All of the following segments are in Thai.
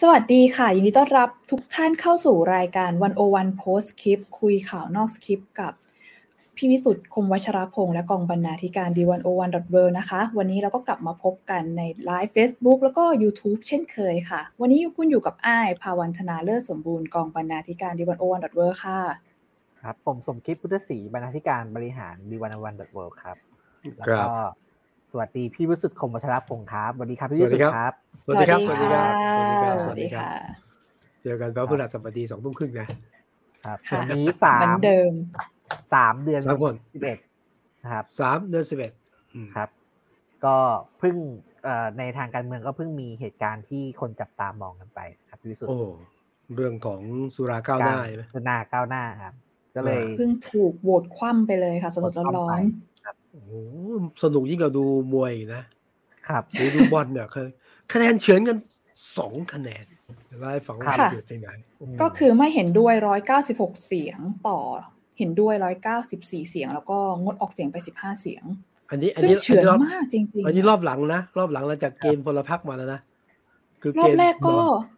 วัสดีค่ะยินดีต้อนรับทุกท่านเข้าสู่รายการ101 Post Script คุยข่าวนอกสคริปต์กับพี่วิสุทธิ์คมวัชรพงษ์และกองบรรณาธิการ D101.world นะคะวันนี้เราก็กลับมาพบกันในไลฟ์ Facebook แล้วก็ YouTube เช่นเคยค่ะวันนี้คุณอยู่กับอ้ายภาวันธนาเลิศสมบูรณ์กองบรรณาธิการ D101.world ค่ะครับผมสมคิดพุทธศรีบรรณาธิการบริหาร D101.world ครับแล้วก็สวัสดีพี่วิสุทธิ์คมวัชรพงษ์ครับสวัสดีครับพี่วิสุทธิ์ครับสวัสดีครับสวัสดีค่ะเจอกันพฤหัสบดี 20:30 น. นะครับวันนี้เหมือนเดิม 3 เดือน 11นะครับ 3 เดือน 11 ครับก็เพิ่งในทางการเมืองก็เพิ่งมีเหตุการณ์ที่คนจับตามองกันไปครับพี่วิสุทธิ์เรื่องของสุราก้าวหน้าใช่ไหมสุราก้าวหน้าครับก็เลยเพิ่งถูกโหวตคว่ำไปเลยค่ะสดๆร้อนๆครับโอ้โหสนุกยิ่งกว่าดูมวยนะครับดูบอลเนี่ยคะแนนเฉือนกัน2 คะแนนไล่ฝั่งว่าเกิดยังไงก็คือไม่เห็นด้วย196เสียงต่อเห็นด้วย194เสียงแล้วก็งดออกเสียงไป15เสียงซึ่งเฉือนมากจริงๆอันนี้รอบหลังหลังจากเกณฑ์พลพรรคมาแล้วนะคือรอบแรกก็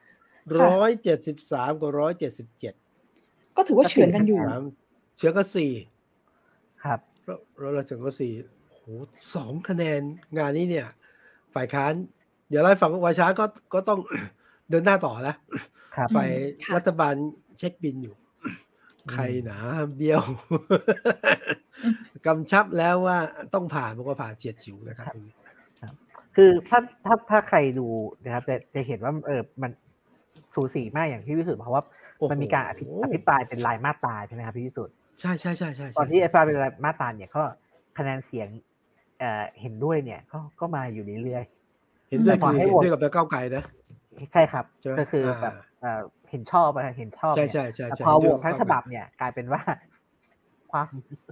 173กับ177 ก็ถือว่าเฉือนกันอยู่เฉือนกัน4 ครับเราเฉือนกัน4โอ้โห2 คะแนนงานนี้เนี่ยฝ่ายค้านเดี๋ยวไล่ฝั่งวาช้าก็ต้องเดินหน้าต่อนะฝ่ายรัฐบาลเช็คบินอยู่ใครหนาเบี้ยวกำชับแล้วว่าต้องผ่านมันก็ผ่านเฉียดฉิวนะครับคือถ้าใครดูนะครับจะเห็นว่ามันสูสีมากอย่างที่วิสุทธิ์เพราะว่ามันมีการอภิปรายเป็นรายมาตราใช่ไหมครับพี่วิสุทธิ์ใช่ตอนที่อภิปรายเป็นรายมาตราเนี่ยก็คะแนนเสียงเห็นด้วยเนี่ยก็มาอยู่เรื่อยๆเห็นด้วยคือเห็นด้วยกับก้าวไกลนะใช่ครับก็คือแบบเห็นชอบอะไรเห็นชอบเนี่ยพอโหวตทั้งฉบับเนี่ยกลายเป็นว่าความ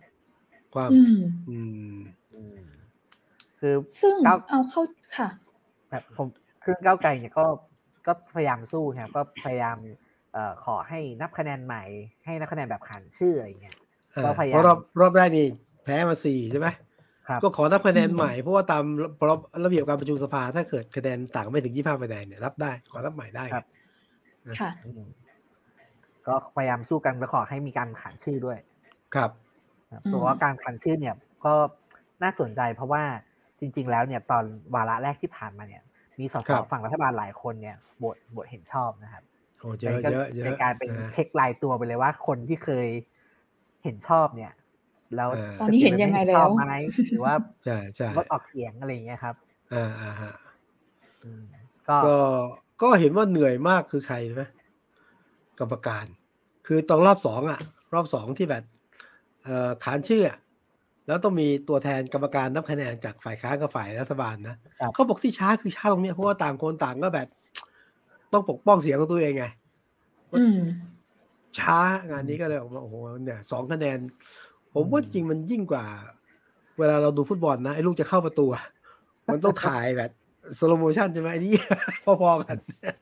คือซึ่งเอาเข้าค่ะแบบผมคือก้าวไกลเนี่ยก็พยายามสู้ครับก็พยายามขอให้นับคะแนนใหม่ให้นับคะแนนแบบขานชื่ออะไรเงี้ยก็พยายามรอบแรกนี่แพ้มา4ใช่ไหมก็ขอนับคะแนนใหม่เพราะว่าตามระเบียบการประชุมสภาถ้าเกิดคะแนนต่างไม่ถึง25คะแนนเนี่ยรับได้ขอนับใหม่ได้ครับค่ะก็พยายามสู้กันแล้วขอให้มีการขานชื่อด้วยครับเพราะว่าการขานชื่อเนี่ยก็น่าสนใจเพราะว่าจริงๆแล้วเนี่ยตอนวาระแรกที่ผ่านมาเนี่ยมีสสฝั่งรัฐบาลหลายคนเนี่ยโหวตเห็นชอบนะครับโอ้เยอะในการเป็นเช็ครายตัวไปเลยว่าคนที่เคยเห็นชอบเนี่ยแล้วตอนนี้เห็นยังไงแล้วไหมหรือว่าลดออกเสียงอะไรอย่างเงี้ยครับก็เห็นว่าเหนื่อยมากคือใครใช่ไหมกรรมการคือตอนรอบ2ที่แบบขานชื่อแล้วต้องมีตัวแทนกรรมการนับคะแนนจากฝ่ายค้านกับฝ่ายรัฐบาลนะเขาบอกที่ช้าคือช้าตรงนี้เพราะว่าต่างคนต่างก็แบบต้องปกป้องเสียงของตัวเองไงช้างานนี้ก็เลยออกมาโอ้โหเนี่ย2 คะแนนผมว่าจริงมันยิ่งกว่าเวลาเราดูฟุตบอลนะไอ้ลูกจะเข้าประตูมันต้องถ่ายแบบสโลโมชั่นใช่ไหมนี่พอๆกัน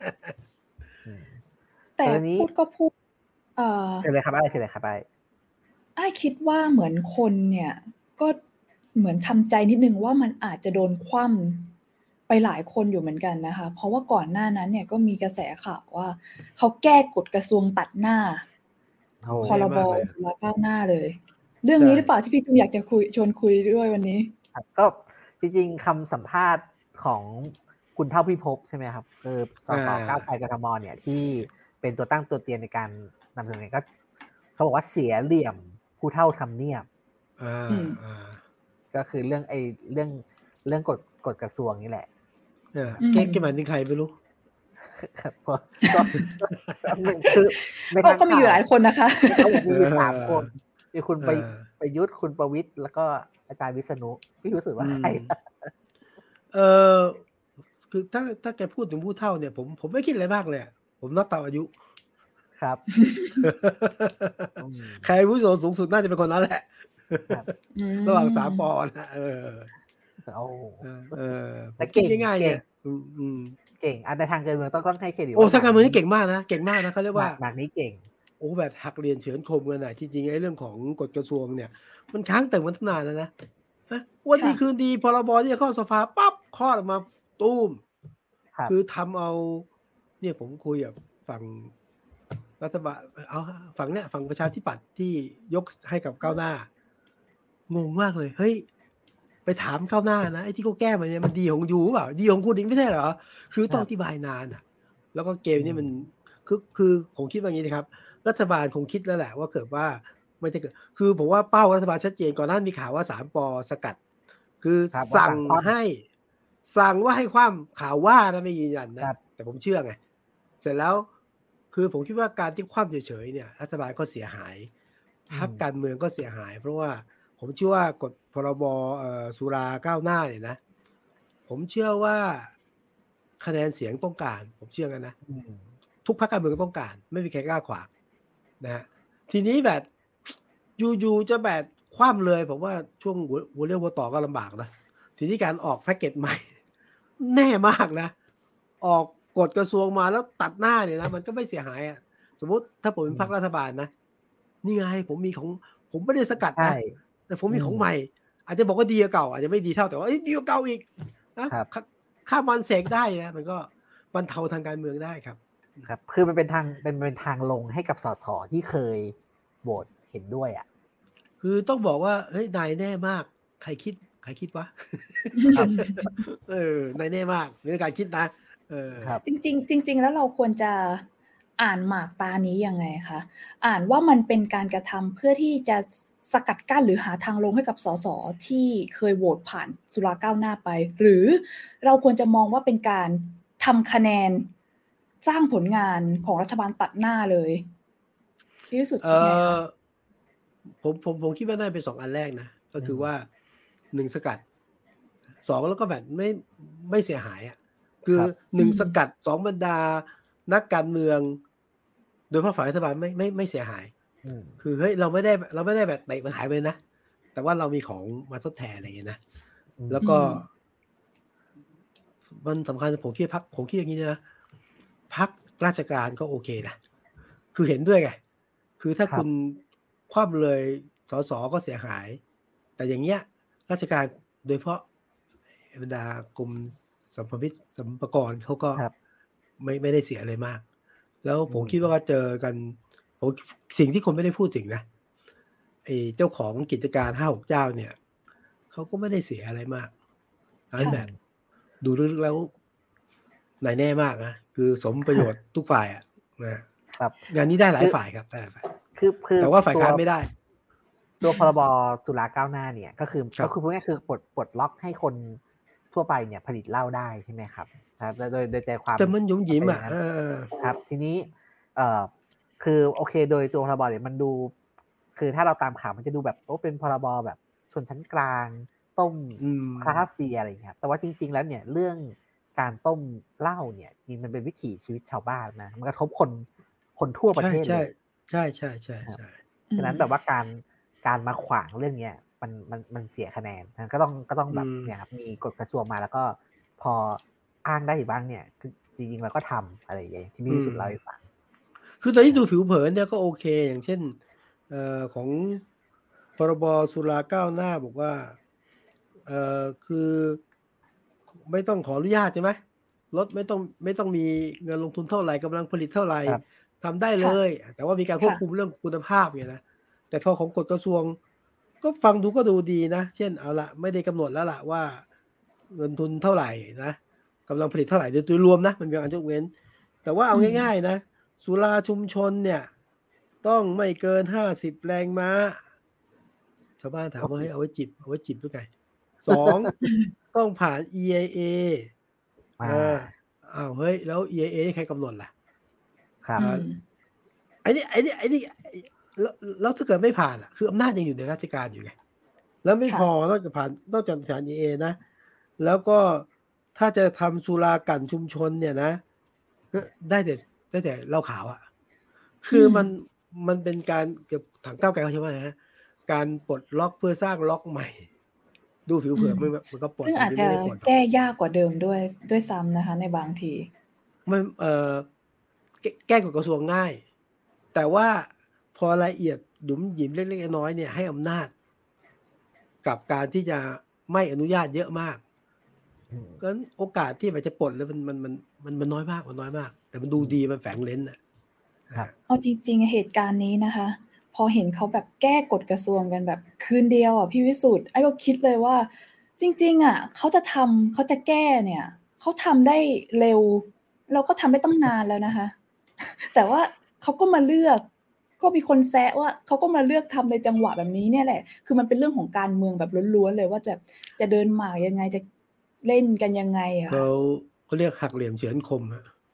แต่พูดก็พูดเชิญเลยครับไอ้คิดว่าเหมือนคนเนี่ยก็เหมือนทำใจนิดนึงว่ามันอาจจะโดนคว่ำไปหลายคนอยู่เหมือนกันนะคะเพราะว่าก่อนหน้านั้นเนี่ยก็มีกระแสข่าวว่าเขาแก้กฎกระทรวงตัดหน้าพรบสุราก้าวหน้าเลยเรื่องนี้หรือเปล่าที่พี่ตุ้มอยากจะชวนคุยด้วยวันนี้ก็จริงๆคำสัมภาษณ์ของคุณเท่าพิภพใช่ไหมครับคือสสก้าวไกลกทมเนี่ยที่เป็นตัวตั้งตัวเตียนในการนำเสนอก็เขาบอกว่าเสียเหลี่ยมผู้เท่าทำเนียบก็คือเรื่องกฎกระทรวงนี่แหละเก๊กหมายถึงใครไม่รู้ก็มีอยู่หลายคนนะคะเขาบอกมีอยู่3 คนมีคุณประยุทธ์คุณประวิตรแล้วก็อาจารย์วิษณุพี่รู้สึกว่าใครคือถ้าแกพูดถึงผู้เฒ่าเนี่ยผมไม่คิดอะไรมากเลยผมนับตามอายุครับใครอาวุโสสูงสุดน่าจะเป็นคนนั้นแหละระหว่าง3 ปนะแต่เก่งง่ายๆเนี่ยเก่งในทางการเมืองต้องให้เครดิตทางการเมืองนี่เก่งมากนะเขาเรียกว่าหนักนี้เก่งแบบหักเรียนเฉือนคมกันน่ะจริงๆไอ้เรื่องของกฎกระทรวงเนี่ยมันค้างแต่มันตั้งนานแล้วนะวันดีคืนดีพรบที่จะเข้าสภาปั๊บคลอดออกมาตูมคือทำเอาเนี่ยผมคุยกับฝั่งรัฐบาลเอาฝั่งเนี้ยฝั่งประชาธิปัตย์ที่ยกให้กับก้าวหน้างงมากเลยเฮ้ยไปถามก้าวหน้านะไอ้ที่เขาแก้มาเนี่ยมันดีของยูเปล่าดีของคุณเองไม่ใช่เหรอคือต้องอธิบายนานอ่ะแล้วก็เกมนี้มันคือผมคิดว่าอย่างนี้นะครับรัฐบาลคงคิดแล้วแหละว่าเกิดว่าไม่ได้เกิดคือผมว่าเป้ารัฐบาลชัดเจนก่อนหน้ามีข่าวว่า3 ป.สกัดคือสั่งว่าให้คว่ำข่าวว่านะไม่ยืนยันนะแต่ผมเชื่อไงเสร็จแล้วคือผมคิดว่าการที่คว่ำเฉยๆเนี่ยรัฐบาลก็เสียหายพรรคการเมืองก็เสียหายเพราะว่าผมเชื่อว่ากฎพรบสุราก้าวหน้าเนี่ยนะผมเชื่อว่าคะแนนเสียงต้องการผมเชื่อกันนะทุกพรรคการเมืองต้องการไม่มีใครกล้าขวางนะฮะทีนี้แบบยูจะแบบคว่ำเลยผมว่าช่วงหัวเรียวหัวต่อก็ลำบากนะทีนี้การออกแพ็กเกจใหม่แน่มากนะออกกฎกระทรวงมาแล้วตัดหน้าเนี่ยนะมันก็ไม่เสียหายอ่ะสมมุติถ้าผมเป็นพรรครัฐบาลนะนี่ไงผมมีของผมไม่ได้สกัดนะแต่ผมมีของใหม่อาจจะบอกว่าดีกว่าเก่าอาจจะไม่ดีเท่าแต่ว่าดีกว่าเก่าอีกนะข้ามวันเสกได้นะมันก็บรรเทาทางการเมืองได้ครับครับคือมันเป็นทางลงให้กับสสที่เคยโหวตเห็นด้วยอ่ะคือต้องบอกว่าเฮ้ยนายแน่มากใครคิดวะนายแน่มากในการคิดนะจริงแล้วเราควรจะอ่านหมากตานี้ยังไงคะอ่านว่ามันเป็นการกระทำเพื่อที่จะสกัดกั้นหรือหาทางลงให้กับสสที่เคยโหวตผ่านสุราก้าวหน้าไปหรือเราควรจะมองว่าเป็นการทำคะแนนสร้างผลงานของรัฐบาลตัดหน้าเลยที่สุดคิดไงคะผมคิดว่าน่าเป็น2 อันแรกนะก็คือว่า1สกัด2แล้วก็แบบไม่เสียหายอ่ะคือ1สกัด2บรรดานักการเมืองโดยเฉพาะฝ่ายรัฐบาลไม่เสียหายคือเฮ้ยเราไม่ได้แบบเตะมันหายไปนะแต่ว่าเรามีของมาทดแทนอะไรอย่างเงี้ยนะแล้วก็มันสำคัญผมคิดอย่างนี้นะพรรคราชการก็โอเคนะคือเห็นด้วยไงคือถ้าคุณคว่ำเลยสสก็เสียหายแต่อย่างเงี้ยราชการโดยเฉพาะบรรดากรมสัมภากรเขาก็ไม่ได้เสียอะไรมากแล้วผมคิดว่าก็เจอกันสิ่งที่คนไม่ได้พูดถึงนะไอ้เจ้าของกิจการ5-6 เจ้าเนี่ยเขาก็ไม่ได้เสียอะไรมากอันแบบดูลึกแล้วนายแน่มากนะคือสมประโยชน์ทุกฝ่ายอ่ะนะครับงานนี้ได้หลายฝ่ายครับได้หลายฝ่ายคือแต่ว่าฝ่ายค้านไม่ได้ตัวพรบสุราก้าวหน้าเนี่ยก็คือพูดง่ายๆคือปลดล็อกให้คนทั่วไปเนี่ยผลิตเหล้าได้ใช่ไหมครับโดยใจความแต่มันยุ่มยิ้มอ่ะครับทีนี้คือโอเคโดยตัวพรบเนี่ยมันดูคือถ้าเราตามข่าวมันจะดูแบบเป็นพรบแบบชนชั้นกลางต้มคราฟต์เบียร์อะไรอย่างเงี้ยแต่ว่าจริงๆแล้วเนี่ยเรื่องการต้มเหล้าเนี่ยจริงมันเป็นวิถีชีวิตชาวบ้านนะมันกระทบคนทั่วประเทศเลยใช่ฉะนั้นแบบว่าการมาขวางเรื่องนี้มันเสียคะแนนก็ต้องแบบเนี่ยครับมีกฎกระทรวงมาแล้วก็พออ้างได้บ้างเนี่ยคือจริงๆเราก็ทำอะไรอย่างเงี้ยที่มีสุดเราให้ฟังคือตอนนี้ดูผิวเผินเนี่ยก็โอเคอย่างเช่นของพรบสุราก้าวหน้าบอกว่าคือไม่ต้องขออนุญาตใช่ไหมรถไม่ต้องมีเงินลงทุนเท่าไหร่กำลังผลิตเท่าไหร่ทำได้เลยแต่ว่ามีการควบคุมเรื่องคุณภาพเนี่ยนะแต่พอของกฎกระทรวงก็ฟังดูก็ดูดีนะเช่นเอาละไม่ได้กำหนดแล้วล่ะว่าเงินทุนเท่าไหร่นะกำลังผลิตเท่าไหร่โดยรวมนะมันมีการยกเว้นแต่ว่าเอาง่ายๆนะสุราชุมชนเนี่ยต้องไม่เกิน50 แรงม้าชาวบ้านถามว่าให้เอาไว้จิบด้วยไง2ต้องผ่าน EIA เฮ้ยแล้ว EIA ใครกำหนดล่ะครับไอ้นี่แล้วถ้าเกิดไม่ผ่านคืออำนาจยังอยู่ในราชการอยู่ไงแล้วไม่พอนอกจากผ่าน EIA นะแล้วก็ถ้าจะทำสุรากันชุมชนเนี่ยนะได้แต่เหล้าขาวอ่ะคือมันเป็นการเกี่ยวถังก้าวไกลเขาใช่ไหมฮะการปลดล็อกเพื่อสร้างล็อกใหม่ดูผิวเผินมันก็ปลดซึ่งอาจจะแก้ยากกว่าเดิมด้วยซ้ำนะคะในบางทีมันแก้กฎกระทรวงง่ายแต่ว่าพอละเอียดหยุมหยิมเล็กๆน้อยๆเนี่ยให้อำนาจกับการที่จะไม่อนุญาตเยอะมากก็โอกาสที่มันจะปลดแล้วมันน้อยมากแต่แต่มันดูดีมันแฝงเลนส์ครับเอาจริงๆเหตุการณ์นี้นะคะ พอเห็นเขาแบบแก้กฎกระทรวงกันแบบคืนเดียวอ่ะพี่วิสุทธ์ไอ้ก็คิดเลยว่า จริงๆอ่ะเขาจะแก้เนี่ยเขาทำได้เร็วเราก็ทำได้ตั้งนานแล้วนะคะ แต่ว่าเขาก็มาเลือกก็มีคนแซะว่าเขาก็มาเลือกทำในจังหวะแบบนี้เนี่ยแหละคือมันเป็นเรื่องของการเมืองแบบล้วนๆเลยว่าจะเดินหมากยังไงจะเล่นกันยังไงอะค่ะเขาเรียกหักเหลี่ยมเฉือนคม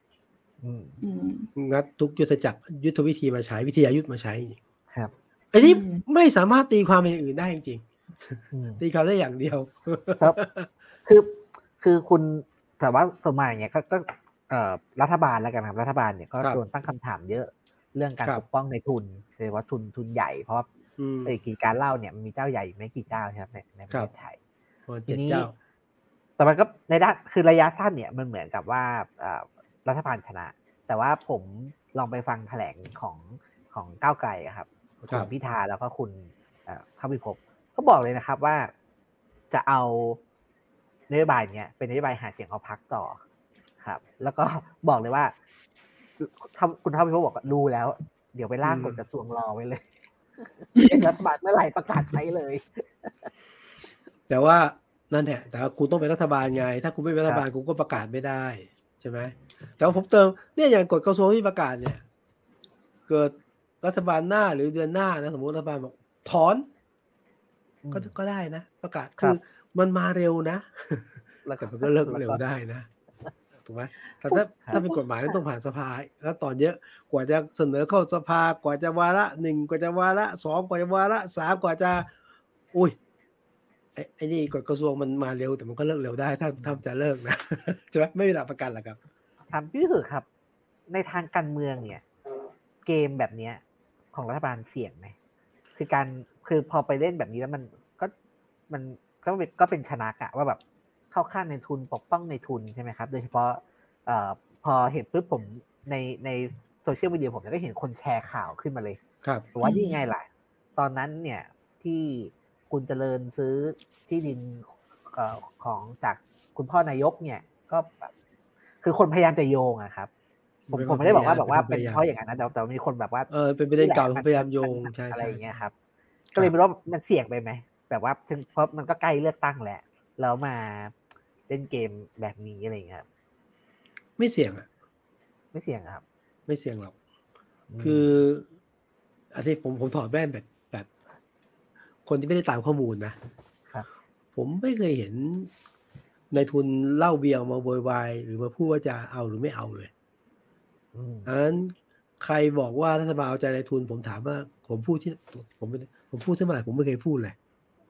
งัดทุกยุทธจักรยุทธวิธีมาใช้วิทยายุทธมาใช้ครับอันนี้ไม่สามารถตีความเป็นอื่นได้จริงๆตีความได้อย่างเดียวครับคือคุณแต่ว่าสมัยเนี่ยก็รัฐบาลแล้วกันครับรัฐบาลเนี่ยก็โดนตั้งคำถามเยอะเรื่องการปกป้องในทุนโดยเฉพาะทุนใหญ่เพราะกิจการเหล้าเนี่ยมันมีเจ้าใหญ่ไม่กี่เจ้าครับในประเทศไทยทีนี้แต่มันก็ในด้านคือระยะสั้นเนี่ยมันเหมือนกับว่ารัฐบาลชนะแต่ว่าผมลองไปฟังแถลงของก้าวไกลครับคุณพิธาแล้วก็คุณเข้าพิภพก็บอกเลยนะครับว่าจะเอานโยบายเนี้ยเป็นนโยบายหาเสียงเอาพรรคต่อครับแล้วก็บอกเลยว่าคุณเข้าพิภพบอกดูแล้วเดี๋ยวไปร่างกฎกระทรวงรอไว้เลยเป็นรัฐบาลเมื่อไหร่ประกาศใช้เลยแต่ว่านั่นแหละแต่คุณต้องเป็นรัฐบาลไงถ้าคุณไม่เป็นรัฐบาลคุณก็ประกาศไม่ได้ใช่ไหมแต่ว่าผมเติมเนี่ยอย่างกฎกระทรวงที่ประกาศเนี่ยเกิดรัฐบาลหน้าหรือเดือนหน้านะสมมติรัฐบาลบอกถอนก็ได้นะประกาศคือมันมาเร็วนะแต่มันก็เลิกเร็วได้นะถูกไหมแต่ถ้าเป็นกฎหมายมันต้องผ่านสภาแล้วตอนเยอะกว่าจะเสนอเข้าสภากว่าจะวาระ1กว่าจะวาระ2กว่าจะวาระ3กว่าจะอุ้ยไอ้นี่กฎกระทรวงมันมาเร็วแต่มันก็เลิกเร็วได้ถ้าจะเลิกนะใช่ไหมไม่มีหลักประกันหรอกครับถามพี่สุดครับในทางการเมืองเนี่ยเกมแบบนี้ของรัฐบาลเสี่ยงไหมคือพอไปเล่นแบบนี้แล้วมันก็เป็นชนะกะว่าแบบเข้าข้างในทุนปกป้องในทุนใช่ไหมครับโดยเฉพาะพอเห็นปุ๊บผมในโซเชียลมีเดียผมก็เห็นคนแชร์ข่าวขึ้นมาเลยครับว่านี่ไงล่ะตอนนั้นเนี่ยที่คุณเจริญซื้อที่ดินของจากคุณพ่อนายกเนี่ยก็แบบคือคนพยายามจะโยงอะครับผมไม่ได้บอกว่าแบบว่าเป็นเพราะอย่างนั้นนะแต่มีคนแบบว่าเป็นประเด็นเก่าพยายามโยงใช่อะไรอย่างเงี้ยครับก็เลยไม่รู้ว่ามันเสี่ยงไปไหมแบบว่าเพราะมันก็ใกล้เลือกตั้งแหละแล้วมาเล่นเกมแบบนี้อะไรอย่างเงี้ยครับไม่เสี่ยงอ่ะไม่เสี่ยงครับไม่เสี่ยงหรอกคืออันที่ผมถอดแว่นแบบคนที่ไม่ได้ตามข้อมูลนะครับผมไม่เคยเห็นในทุนเหล้าเบียร์มาโวยวายหรือมาพูดว่าจะเอาหรือไม่เอาเลยอันนั้นใครบอกว่ารัฐบาลเอาใจในทุนผมถามว่าผมพูดที่เมื่อไหร่ผมไม่เคยพูดเลย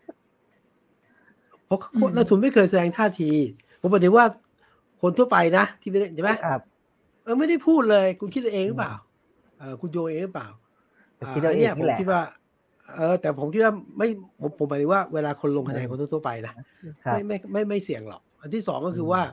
เพราะในทุนไม่เคยแสดงท่าทีผมบอกเลยว่าคนทั่วไปนะที่ไม่ได้ใช่ไหมครับไม่ได้พูดเลยคุณคิดเองหรือเปล่าคุณโยเองหรือเปล่าคิดเองผมคิดว่าแต่ผมคิดว่าไม่ผมหมายถึงว่าเวลาคนลงคะแนนคนทั่วไปนะไม่เสี่ยงหรอกอันที่สองก็คือว่า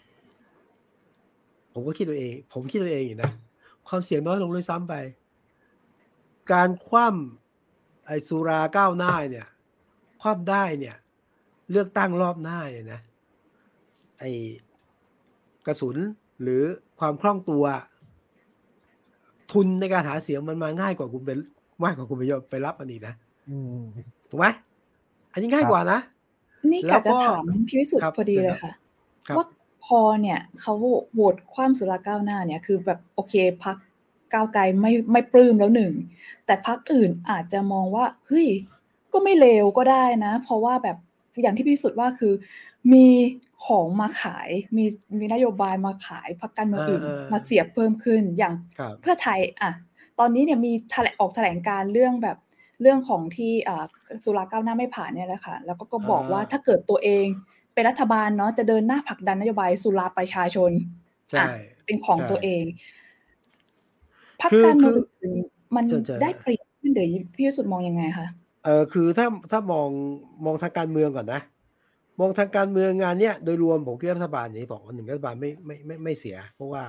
ผมคิดตัวเองอยู่นะความเสี่ยงน้อยลงเลยซ้ำไปการคว่ำไอ้สุราก้าวหน้าเนี่ยคว่ำได้เนี่ยเลือกตั้งรอบหน้าเนี่ยนะไอ้กระสุนหรือความคล่องตัวทุนในการหาเสียงมันมาง่ายกว่าคุณไปรับอันนี้นะถูกไหมอันนี้ง่ายกว่านะนี่กะจะถามพี่วิสุทธิ์พอดีเลยค่ะว่าพอเนี่ยเขาโหวตคว่ำสุราก้าวหน้าเนี่ยคือแบบโอเคพรรคก้าวไกลไม่ปลื้มแล้วหนึ่งแต่พรรคอื่นอาจจะมองว่าเฮ้ยก็ไม่เลวก็ได้นะเพราะว่าแบบอย่างที่พี่วิสุทธิ์ว่าคือมีของมาขายมีนโยบายมาขายพรรคการเมืองอื่นมาเสียบเพิ่มขึ้นอย่างเพื่อไทยอ่ะตอนนี้เนี่ยมีออกแถลงการเรื่องของที่สุราก้าวหน้าไม่ผ่านเนี่ยแหละค่ะแล้วก็บอกว่าถ้าเกิดตัวเองเป็นรัฐบาลเนาะจะเดินหน้าผลักดันนโยบายสุราประชาชนเป็นของตัวเองพรรคการเมืองอื่นมันได้เปรียบขึ้นหรือพี่วิสุทธิ์มองยังไงคะคือถ้ามองทางการเมืองก่อนนะมองทางการเมืองงานเนี้ยโดยรวมผมคิดรัฐบาลนี้บอกว่า1รัฐบาลไม่เสียเพราะว่า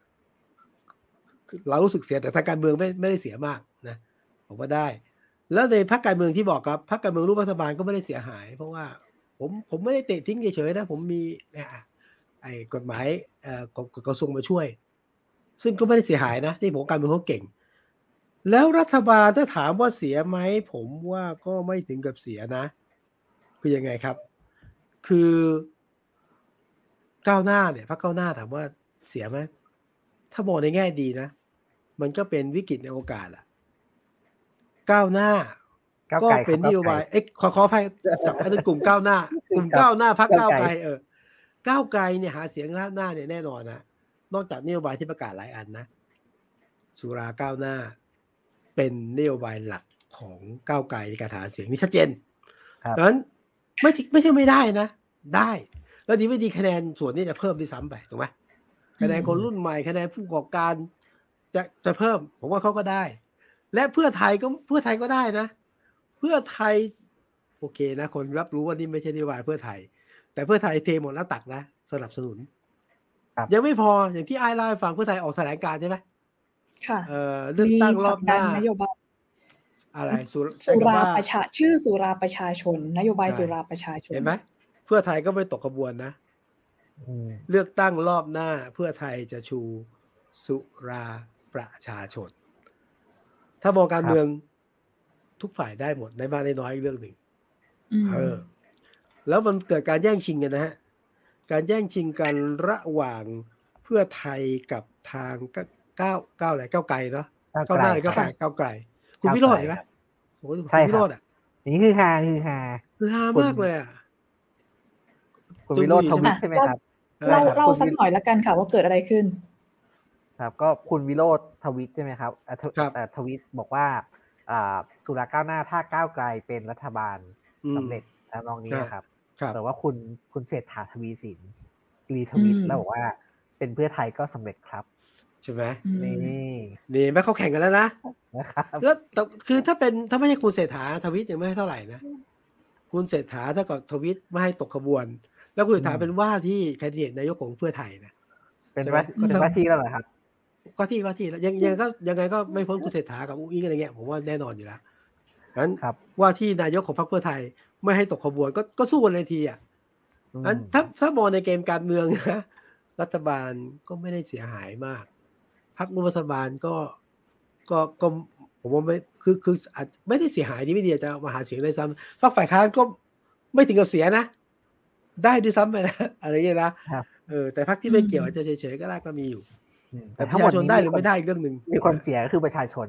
เรารู้สึกเสียแต่ทางการเมืองไม่ได้เสียมากนะผมว่าได้แล้วในพรรคการเมืองที่บอกครับพรรคการเมืองร่วมรัฐบาลก็ไม่ได้เสียหายเพราะว่าผมไม่ได้เตะทิ้งเฉยๆนะผมมีไอ้กฎหมายกฎกระทรวงมาช่วยซึ่งก็ไม่ได้เสียหายนะที่ผมการเมืองเขาเก่งแล้วรัฐบาลถ้าถามว่าเสียไหมผมว่าก็ไม่ถึงกับเสียนะคือยังไงครับคือก้าวหน้าเนี่ยพรรคก้าวหน้าถามว่าเสียไหมถ้ามองในแง่ดีนะมันก็เป็นวิกฤตในโอกาสอะก้าวหน้าก็เป็นนโยบายขออภัยจับไอ้กลุ่มก้าวหน้ากลุ่มก้าวหน้าพรรคก้าวไกลก้าวไกลเนี่ยหาเสียงล้านหน้าเนี่ยแน่นอนนะนอกจากนโยบายที่ประกาศหลายอันนะสุราก้าวหน้าเป็นนโยบายหลักของก้าวไกลในการหาเสียงนี่ชัดเจนดังนั้นไม่ใช่ไม่ได้นะได้แล้วดีไม่ดีคะแนนส่วนนี้จะเพิ่มด้วยซ้ำไปถูกไหมคะแนนคนรุ่นใหม่คะแนนผู้ประกอบการจะเพิ่มผมว่าเขาก็ได้และเพื่อไทยก็ได้นะเพื่อไทยโอเคนะคนรับรู้ว่านี่ไม่ใช่นโยบายเพื่อไทยแต่เพื่อไทยเทหมดหน้าตักนะสนับสนุนยังไม่พออย่างที่ไอ้เล่าให้ฟังเพื่อไทยออกแถลงการณ์ใช่ไหมค่ะเลือกตั้งรอบหน้านโยบายอะไรสุราประชาชนนโยบายสุราประชาชนเห็นไหมเพื่อไทยก็ไม่ตกขบวนนะเลือกตั้งรอบหน้าเพื่อไทยจะชูสุราประชาชนถ้ามองการเมืองทุกฝ่ายได้หมดได้มากได้น้อยอีกเรื่องหนึ่งแล้วมันเกิดการแย่งชิงกันนะฮะการแย่งชิงกันระหว่างเพื่อไทยกับทางก้าวไกลเนาะก้าวหน้าก้าวไกลคุณวิโรจน์เห็นไหมโอ้โหคุณวิโรจน์นี่คือฮามากเลยคุณวิโรจน์ทวิตใช่ไหมครับเล่าสักหน่อยละกันค่ะว่าเกิดอะไรขึ้นครับก็คุณวิโรจน์ทวิตใช่ไหมครับทวิตบอกว่าสุราก้าวหน้าถ้าก้าวไกลเป็นรัฐบาลสำเร็จแล้วน้องนี้นะครับแต่ว่าคุณเศรษฐาทวีสินรีทวิตแล้วบอกว่าเป็นเพื่อไทยก็สำเร็จครับใช่ไหมนี่แม่เขาแข่งกันแล้วนะครับแล้วคือถ้าไม่ใช่คุณเศรษฐาทวิตยังไม่ให้เท่าไหร่นะคุณเศรษฐาถ้ากับทวิตไม่ให้ตกขบวนแล้วคุณเศรษฐาเป็นว่าที่แคนดิเดตนายกของเพื่อไทยนะเป็นว่าที่แล้วเหรอครับก็ที่แล้วยังไงก็ไม่พ้นคุณเศรษฐากับอุ้งอิงอะไรเงี้ยผมว่าแน่นอนอยู่แล้วงั้นว่าที่นายกของพรรคเพื่อไทยไม่ให้ตกขบวนก็สู้กันเลยทีอ่ะงั้นถ้ามองในเกมการเมืองนะรัฐบาลก็ไม่ได้เสียหายมากพรรครัฐบาลก็ผมว่าไม่คือไม่ได้เสียหายนี่ไม่ดีจะมาหาเสียงได้ซ้ำพรรคฝ่ายค้านก็ไม่ถึงกับเสียนะได้ด้วยซ้ำไปนะอะไรอย่างเงี้ยนะแต่พรรคที่ไม่เกี่ยวอาจจะเฉยๆก็ได้ก็มีอยู่แต่ประชาชนได้หรือไม่ได้อีกเรื่องหนึ่งมีคนเสียก็คือประชาชน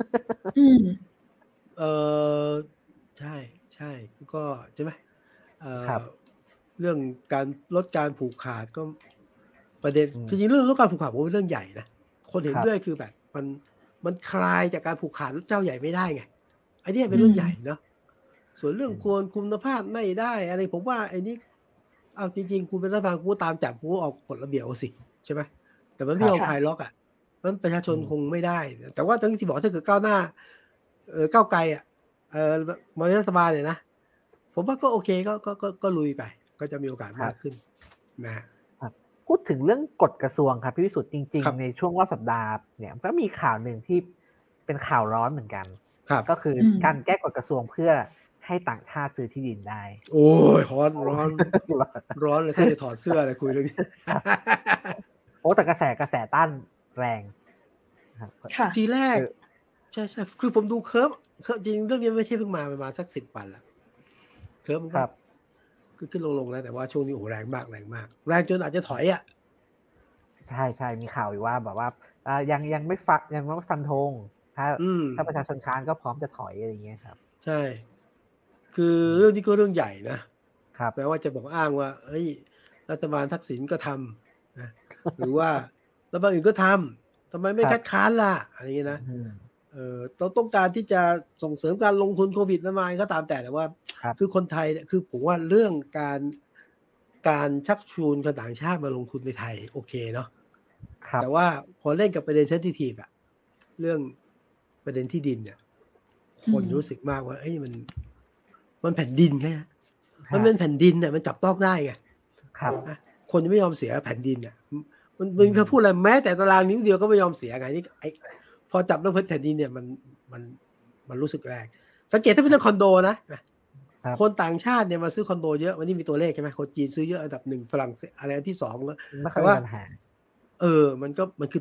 ใช่ก็ใช่ไหมเรื่องการลดการผูกขาดก็ประเด็นจริงๆเรื่องลดการผูกขาดผมเป็นเรื่องใหญ่นะคนเห็นด้วยคือแบบมันคลายจากการผูกขาดเจ้าใหญ่ไม่ได้ไงไอ้นี่เป็นเรื่องใหญ่เนาะส่วนเรื่องควรคุมภาพไม่ได้อะไรผมว่าไอ้นี่เอาจริงๆคุณเป็นรัฐบาลคุณตามจับคุณออกกฎระเบียบเอาสิใช่ไหมแต่มันไม่เอาคลายล็อกอ่ะมันประชาชนคงไม่ได้แต่ว่าทั้งที่บอกถ้าเกิดก้าวหน้าก้าวไกลมารัฐบาลเนี่ยนะผมว่าก็โอเคก็ลุยไปก็จะมีโอกาสมากขึ้นนะพูดถึงเรื่องกฎกระทรวงครับพี่วิสุทธิ์จริงๆในช่วงรอบสัปดาห์เนี่ยก็มีข่าวหนึ่งที่เป็นข่าวร้อนเหมือนกันก็คือการแก้กฎกระทรวงเพื่อให้ต่างชาติซื้อที่ดินได้โอ้ยร้อนเลยถ้าจะถอดเสื้ออะไรคุยเรื่องนี้โอ้แต่กระแสต้านแรงทีแรกใช่คือผมดูเคิร์ฟจริงเรื่องนี้ไม่ใช่เพิ่งมาประมาณสัก10 วันแล้วเคิร์ฟมันก็คือขึ้นลงแล้วแต่ว่าช่วงนี้โอ้แรงมากแรงจนอาจจะถอยอ่ะใช่มีข่าวอยู่ว่าแบบว่ายังไม่ฟันธงถ้าประชาชนค้านก็พร้อมจะถอยอะไรอย่างเงี้ยครับใช่คือเรื่องนี้ก็เรื่องใหญ่นะครับแปลว่าจะบอกอ้างว่าเฮ้ยรัฐบาลทักษิณก็ทำนะหรือว่ารัฐบาลอื่นก็ทำทำไมไม่คัดค้านล่ะอะไรอย่างเงี้ยนะเราต้องการที่จะส่งเสริมการลงทุนโควิดนั่นมาก็ตามแต่ว่าคือคนไทยเนี่ยคือผมว่าเรื่องการชักชวนคนต่างชาติมาลงทุนในไทยโอเคเนาะแต่ว่าพอเล่นกับประเด็นเซนซิทีฟอะเรื่องประเด็นที่ดินเนี่ยคนรู้สึกมากว่าเอ้ยมันแผ่นดินไงมันเป็นแผ่นดินเนี่ยมันจับต้องได้ไงคนจะไม่ยอมเสียแผ่นดินเนี่ยมันเขาพูดอะไรแม้แต่ตารางนิ้วเดียวก็ไม่ยอมเสียไงนี่พอจับเรื่องแผ่นดินเนี่ยมันรู้สึกแรงสังเกตถ้าเป็นเรื่องคอนโดนะคนต่างชาติเนี่ยมาซื้อคอนโดเยอะวันนี้มีตัวเลขใช่ไหมคนจีนซื้อเยอะอันดับ1ฝรั่งเศสอะไรที่2แต่ว่ามันคือตึก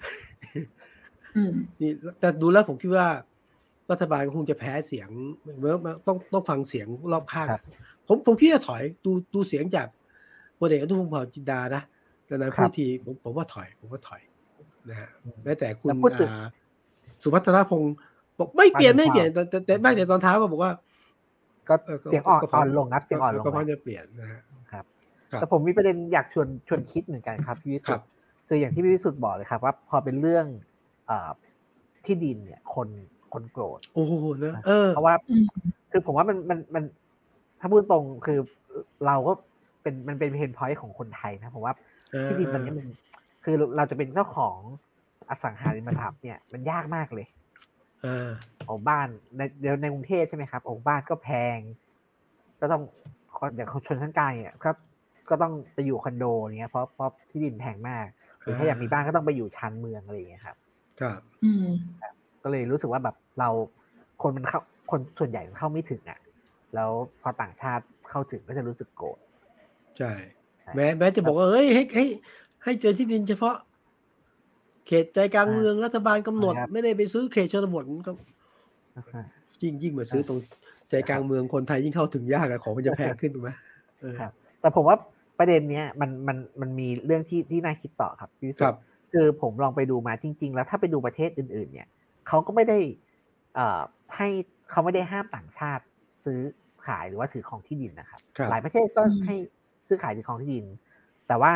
นี่แต่ดูแล้วผมคิดว่ารัฐบาลก็คงจะแพ้เสียงเมื่อต้องฟังเสียงรอบข้างผมคิดจะถอยดูเสียงจากพลเอกอนุพงศ์เผ่าจินดานะแต่นายพูดทีผมว่าถอยนะฮะแม้แต่คุณสุพัฒนพงศ์บอกไม่เปลี่ยนแต่ตอนเท้าก็บอกว่าก็เสียงอ่อนลงครับเสียงอ่อนลงก็พร้อมจะเปลี่ยนนะฮะครับแต่ผมมีประเด็นอยากชวนคิดเหมือนกันครับพี่วิสุทธิ์คืออย่างที่พี่วิสุทธิ์บอกเลยครับว่าพอเป็นเรื่องที่ดินเนี่ยคนโกรธโอ้โหนะเพราะว่าคือผมว่ามันถ้าพูดตรงคือเราก็มันเป็นเพนพอยต์ของคนไทยนะผมว่าที่ดินมันนี่มันคือเราจะเป็นเจ้าของอสังหาริมทรัพย์เนี่ยมันยากมากเลยบ้านในกรุงเทพใช่ไหมครับบ้านก็แพงก็ต้องอย่างชนชั้นกลางเนี่ยก็ต้องไปอยู่คอนโดอย่างเงี้ยเพราะที่ดินแพงมากหรือถ้าอยากมีบ้านก็ต้องไปอยู่ชานเมืองอะไรอย่างเงี้ยครับก็เลยรู้สึกว่าแบบคนส่วนใหญ่เข้าไม่ถึงอ่ะแล้วพอต่างชาติเข้าถึงก็จะรู้สึกโกรธใช่แม้จะบอกว่าเฮ้ยให้เจอที่ดินเฉพาะเขตใจกลางเมืองรัฐบาลกำหนดไม่ได้ไปซื้อเขตชนบทก็ยิ่งมาซื้อตรงใจกลางเมืองคนไทยยิ่งเข้าถึงยากของมันจะแพงขึ้นถูกไหมครับแต่ผมว่าประเด็นเนี้ยมันมีเรื่องที่น่าคิดต่อครับพี่สุดคือผมลองไปดูมาจริงๆแล้วถ้าไปดูประเทศอื่นๆเนี่ยเขาก็ไม่ได้ให้เขาไม่ได้ห้ามต่างชาติซื้อขายหรือว่าถือครองที่ดินนะครับหลายประเทศก็ให้ซื้อขายถือครองที่ดินแต่ว่า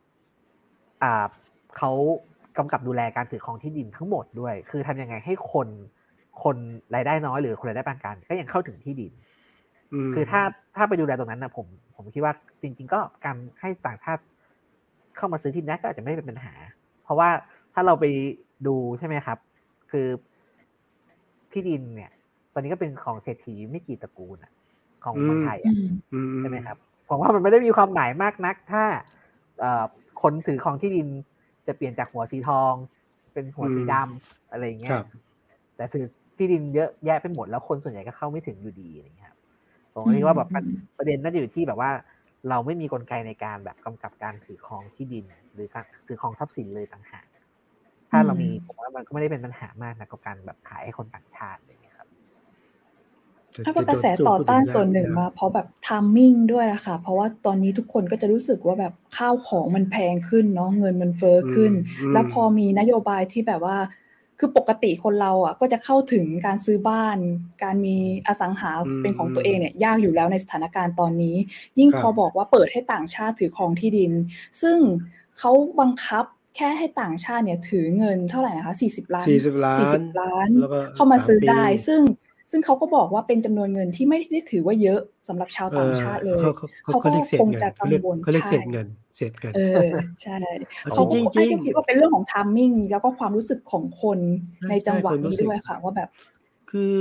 เขากำกับดูแลการถือครองที่ดินทั้งหมดด้วยคือทำยังไงให้คนรายได้น้อยหรือคนรายได้ปานกลางก็ยังเข้าถึงที่ดินคือถ้าไปดูแลตรงนั้นนะผมคิดว่าจริงๆก็การให้ต่างชาติเข้ามาซื้อที่ดินก็อาจจะไม่เป็นปัญหาเพราะว่าถ้าเราไปดูใช่ไหมครับคือที่ดินเนี่ยตอนนี้ก็เป็นของเศรษฐีไม่กี่ตระกูลของเมืองไทยใช่ไหมครับผมว่ามันไม่ได้มีความหมายมากนักถ้าคนถือของที่ดินจะเปลี่ยนจากหัวสีทองเป็นหัวสีดำอะไรอย่างเงี้ยแต่ถือที่ดินเยอะแยะไปหมดแล้วคนส่วนใหญ่ก็เข้าไม่ถึงอยู่ดีอะไรอย่างเงี้ยครับผมคิดว่าแบบประเด็นน่าจะอยู่ที่แบบว่าเราไม่มีกลไกในการแบบกำกับการถือครองที่ดินหรือการถือครองทรัพย์สินเลยต่างหากถ้าเรามีผมว่ามันก็ไม่ได้เป็นปัญหามากนะกับการแบบขายให้คนต่างชาติอะไรอย่างเงี้ยครับถ้าว่ากระแสต่อต้านส่วนหนึ่งมาเพราะแบบไทมิ่งด้วยล่ะค่ะเพราะว่าตอนนี้ทุกคนก็จะรู้สึกว่าแบบข้าวของมันแพงขึ้นเนาะเงินมันเฟ้อขึ้นแล้วพอมีนโยบายที่แบบว่าคือปกติคนเราอ่ะก็จะเข้าถึงการซื้อบ้านการมีอสังหาเป็นของตัวเองเนี่ยยากอยู่แล้วในสถานการณ์ตอนนี้ยิ่งพอบอกว่าเปิดให้ต่างชาติถือครองที่ดินซึ่งเขาบังคับแค่ให้ต่างชาติเนี่ยถือเงินเท่าไหร่นะคะ40 ล้านเข้ามาซื้อได้ซึ่งเขาก็บอกว่าเป็นจำนวนเงินที่ไม่ได้ถือว่าเยอะสำหรับชาวต่างชาติเลยเขาก็คงจะกังวลเขาเรียกเศษเงินใช่เขาก็คิดว่าเป็นเรื่องของไทมิ่งแล้วก็ความรู้สึกของคนในจังหวะนี้ด้วยค่ะว่าแบบคือ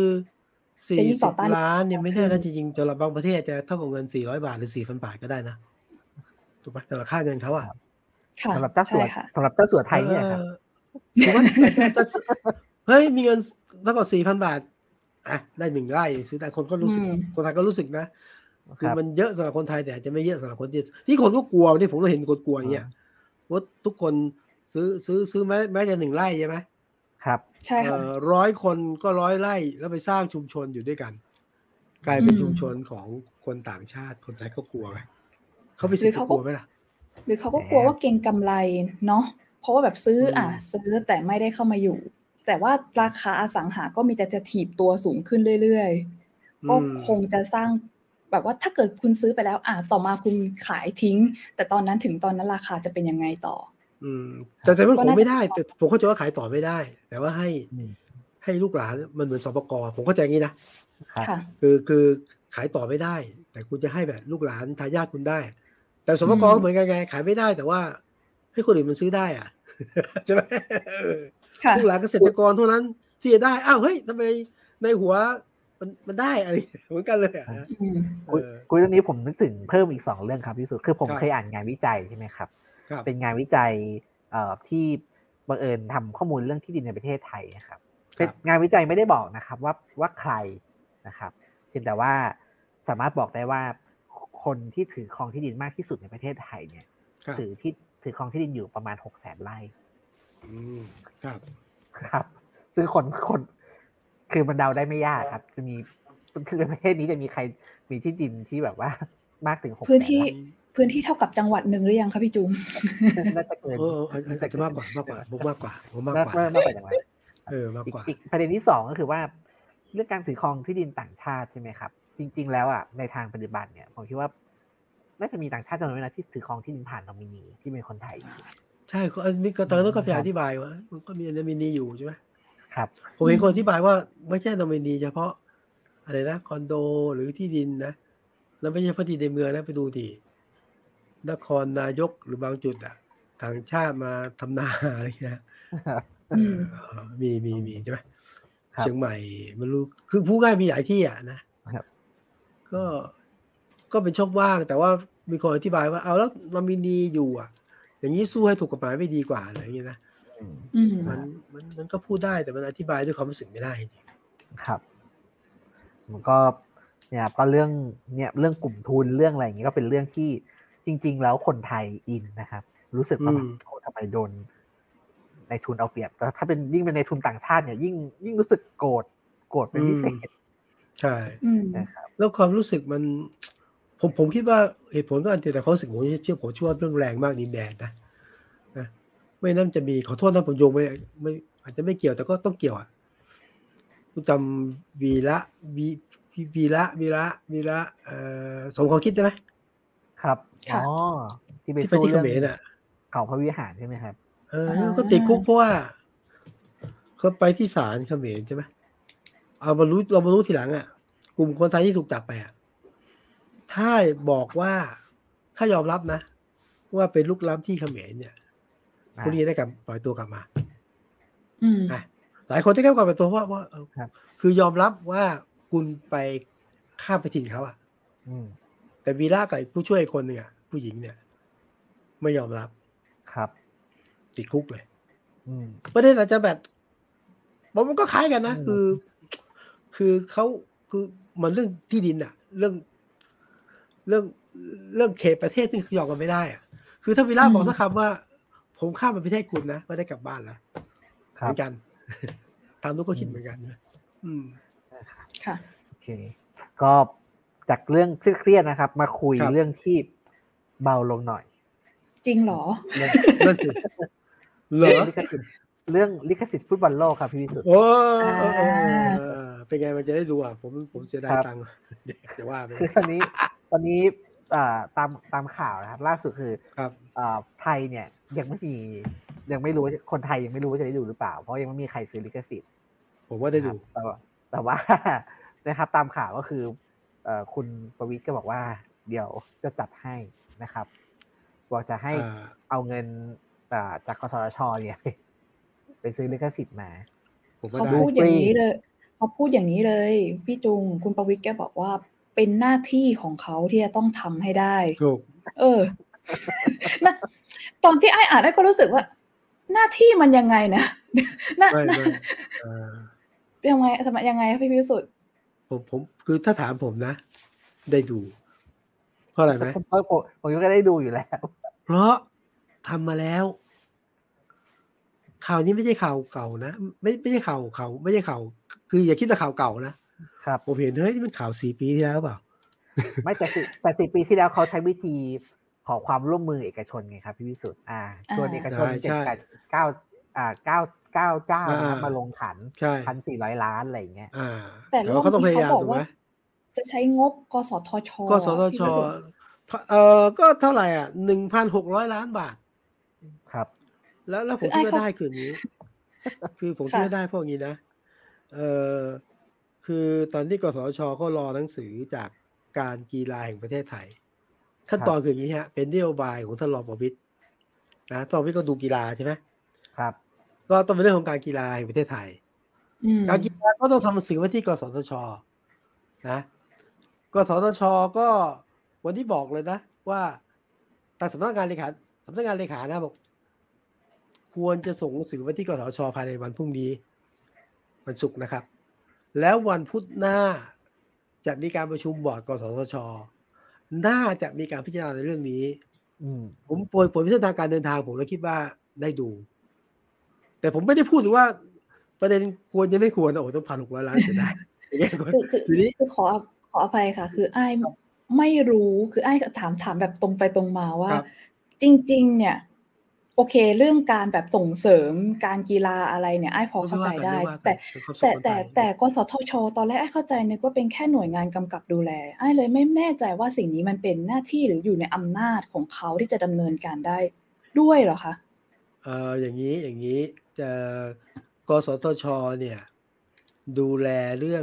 40 ล้านเนี่ยไม่ได้นะจริงๆสำหรับบางประเทศจะเท่ากับเงิน400 บาทหรือ 4,000 บาทก็ได้นะถูกไหมแต่ราคาเงินเขาอ่ะสำหรับเจ้าสัวไทยเนี่ยครับถูกไหมเฮ้ยมีเงินเท่ากับ 4,000 บาทได้1 ไร่ซื้อได้คนก็รู้สึกคนไทยก็รู้สึกนะคือมันเยอะสำหรับคนไทยแต่อาจจะไม่เยอะสำหรับคนที่คนก็กลัวที่ผมเห็นคนกลัวอย่างเงี้ยว่าทุกคนซื้อแม้จะ1 ไร่ใช่ไหมครับใช่ค่ะ 100 คนก็100 ไร่แล้วไปสร้างชุมชนอยู่ด้วยกันกลายเป็นชุมชนของคนต่างชาติคนไทยก็กลัวไงเขาไปซื้อเขากลัวไหมล่ะหรือเขาก็กลัวว่าเก็งกำไรเนาะเพราะว่าแบบซื้อแต่ไม่ได้เข้ามาอยู่แต่ว่าราคาอสังหาก็มีแต่จะถีบตัวสูงขึ้นเรื่อยๆก็คงจะสร้างแบบว่าถ้าเกิดคุณซื้อไปแล้วต่อมาคุณขายทิ้งแต่ตอนนั้นถึงตอนนั้นราคาจะเป็นยังไงต่อแต่มันคงไม่ได้แต่ผมเข้าใจว่าขายต่อไม่ได้แต่ว่าให้ลูกหลานมันเหมือนสปก.ผมเข้าใจงี้นะคือขายต่อไม่ได้แต่คุณจะให้แบบลูกหลานทายาทคุณได้แต่สปก.เหมือนกันไงขายไม่ได้แต่ว่าให้คนอื่นมันซื้อได้ใช่ไหมลูกหลานเกษตรกรเท่านั้นที่จะได้เฮ้ยทำไมในหัวมันได้อะไรเหมือนกันเลยคุยเรื่องนี้ผมนึกถึงเพิ่มอีก2 เรื่องครับพี่สุดคือผมเคยอ่านงานวิจัยใช่ไหมครับเป็นงานวิจัยที่บังเอิญทำข้อมูลเรื่องที่ดินในประเทศไทยนะครับเป็นงานวิจัยไม่ได้บอกนะครับว่าใครนะครับเพียงแต่ว่าสามารถบอกได้ว่าคนที่ถือครองที่ดินมากที่สุดในประเทศไทยเนี่ยถือครองที่ดินอยู่ประมาณ600,000 ไร่ครับครับ ซึ่งคนคือมันเดาได้ไม่ยากครับ จะมีในประเทศนี้จะมีใครมีที่ดินที่แบบว่ามากถึง600,000 พื้นไร่ที่เท่ากับจังหวัดหนึ่งหรือยังคะพี่จุงน่าจะเกินอาจจะมากกว่าผมมากกว่ามากกว่าอย่างไรมากกว่าอีกประเด็นที่สองก็คือว่าเรื่องการถือครองที่ดินต่างชาติใช่ไหมครับ จริงๆแล้วอ่ะในทางปฏิบัติเนี่ยผมคิดว่าน่าจะมีต่างชาติจำนวนมากที่ถือครองที่ดินผ่านนอมินีที่เป็นคนไทยใช่อันนี้ก็ตอนนั้นก็พยายามอธิบายว่ามันก็มีนอมินีอยู่ใช่ไหมครับผมเห็นคนอธิบายว่าไม่ใช่นอมินีเฉพาะอะไรนะคอนโดหรือที่ดินนะแล้วไม่ใช่เฉพาะที่ในเมืองนะไปดูดินครนายกหรือบางจุดอ่ะต่างชาติมาทำนาอะไรเงี้ยมีใช่ไหมเชียงใหม่มันรู้คือผู้ง่ายมีหลายที่อ่ะนะครับก็เป็นช่องว่างแต่ว่ามีคนอธิบายว่าเอาแล้วนอมินีอยู่อ่ะอย่างนี้สู้ให้ถูกกฎหมายไม่ดีกว่าอะไรอย่างเงี้ยนะมันก็พูดได้แต่มันอธิบายด้วยความรู้สึกไม่ได้ครับมันก็เนี่ยก็เรื่องกลุ่มทุนเรื่องอะไรอย่างนี้ก็เป็นเรื่องที่จริงๆแล้วคนไทยอินนะครับรู้สึกว่าโอ้ทำไมโดนในทุนเอาเปรียบแต่ถ้าเป็นยิ่งเป็นในทุนต่างชาติเนี่ยยิ่งรู้สึกโกรธเป็นพิเศษใช่แล้วความรู้สึกมันผมคิดว่าเหตุผลก็อันเดียวแต่ความรู้สึกผมเชื่อว่าเรื่องแรงมากดินแดนนะไม่นั่นจะมีขอโทษนะผมโยงไม่อาจจะไม่เกี่ยวแต่ก็ต้องเกี่ยวอ่ะคุณจำวีระสมความคิดได้ไหมครับอ๋อที่ไปที่เขมรน่ะเขาพระวิหารใช่ไหมครับก็ติดคุกเพราะว่าเขาไปที่ศาลเขมรใช่ไหมเรามารู้ทีหลังอ่ะกลุ่มคนไทยที่ถูกจับไปอ่ะถ้าบอกว่าถ้ายอมรับนะว่าเป็นลุกล้ำที่เขมรเนี่ยพวกนี้ได้กลับปล่อยตัวกลับมาหลายคนได้กลับปล่อยตัวว่าคือยอมรับว่าคุณไปข้ามไปถิ่นเขาอ่ะแต่วีระกับผู้ช่วยคนหนึ่งอ่ะผู้หญิงเนี่ยไม่ยอมรับครับติดคุกเลยประเด็นอาจจะแบบมันก็คล้ายกันนะคือเขาคือมันเรื่องที่ดินอ่ะเรื่องเขตประเทศที่ยอมกันไม่ได้อ่ะคือถ้าวีระบอกสักคำว่าผมข้ามไปประเทศคุณนะก็ได้กลับบ้านแล้วเหมือนกันตามนู้นก็คิดเหมือนกันนะค่ะโอเคก็จากเรื่องเครียดๆนะครับมาคุยเรื่องที่เบาลงหน่อยจริงเหรอนั่นสิเหรอเรื่องลิขสิทธิ์ฟุตบอลโลกครับพี่วิสุทธิ์โอ้เป็นไงมันจะได้ดูอ่ะผมเสียดายตังค์เดี๋ยวว่าไปคือตอนนี้ตามข่าวนะครับล่าสุดคือไทยเนี่ยยังไม่รู้คนไทยยังไม่รู้ว่าจะได้ดูหรือเปล่าเพราะยังไม่มีใครซื้อลิขสิทธิ์ผมว่าได้ดูแต่ว่านะครับตามข่าวก็คือคุณประวิตรก็บอกว่าเดี๋ยวจะจัดให้นะครับบอกจะให้เอาเงินจากกสทช.เนี่ยไปซื้อลิขสิทธิ์มาเขาพูดอย่างนี้เลยพี่จุงคุณประวิตรแกบอกว่าเป็นหน้าที่ของเขาที่จะต้องทำให้ได้นะตอนที่อ่านก็รู้สึกว่าหน้าที่มันยังไงนะยังไงสมัยยังไงพี่พิสุทธิ์ผมคือถ้าถามผมนะได้ดูเพราะอะไรไหมผมก็ได้ดูอยู่แล้วเพราะทำมาแล้วข่าวนี้ไม่ใช่ข่าวเก่านะไม่ใช่ข่าวไม่ใช่ข่าวคืออย่าคิดว่าข่าวเก่านะครับผมเห็นนี่มันข่าว4 ปีที่แล้วเปล่าไม่แต่4 ปีที่แล้วเขาใช้วิธีขอความร่วมมือเอกชนไงครับพี่วิสุทธิ์ชวนเอกชน9เจ้ามาลงขัน 1,400 ล้านอะไรอย่างเงี้ยแต่รอบนี้เขาบอกว่าจะใช้งบกสทช. ก็เท่าไหร่อ่ะ 1,600 ล้านบาทครับแล้วผมคิดว่าได้คืนนี้คือผมคิดว่าได้พวกนี้นะคือตอนที่กสทช.ก็รอหนังสือจากการกีฬาแห่งประเทศไทยขั้นตอนคืออย่างนี้ฮะเป็นนโยบายของท่านรองประวิตรนะตอนนี้ก็ดูกีฬาใช่ไหมครับก็ต้องเป็นเรื่องของการกีฬาแห่งประเทศไทยการกีฬาก็ต้องทำหนังสือไว้ที่กสทช.นะกสทช.ก็วันนี้บอกเลยนะว่าทางสำนักงานเลขานะบอกควรจะส่งหนังสือไว้ที่กสทช.ภายในวันพรุ่งนี้วันศุกร์นะครับแล้ววันพุธหน้าจะมีการประชุมบอร์ดกสทช.น่าจะมีการพิจารณาในเรื่องนี้ผมโปรยเส้นทางการเดินทางผมเลยคิดว่าได้ดูแต่ผมไม่ได้พูดถึงว่าประเด็นควรจะไม่ควรโอ้ต้อง1,600 ล้านเสียดายทีนี้คือขออภัยค่ะคืออ้ายไม่รู้คืออ้ายถามแบบตรงไปตรงมาว่าจริงๆเนี่ยโอเคเรื่องการแบบส่งเสริมการกีฬาอะไรเนี่ยอ้ายพอเข้าใจได้แต่กสทช.ตอนแรกอ้ายเข้าใจนึกว่าเป็นแค่หน่วยงานกำกับดูแลอ้ายเลยไม่แน่ใจว่าสิ่งนี้มันเป็นหน้าที่หรืออยู่ในอำนาจของเขาที่จะดำเนินการได้ด้วยเหรอคะอย่างนี้จะกสทช.เนี่ยดูแลเรื่อง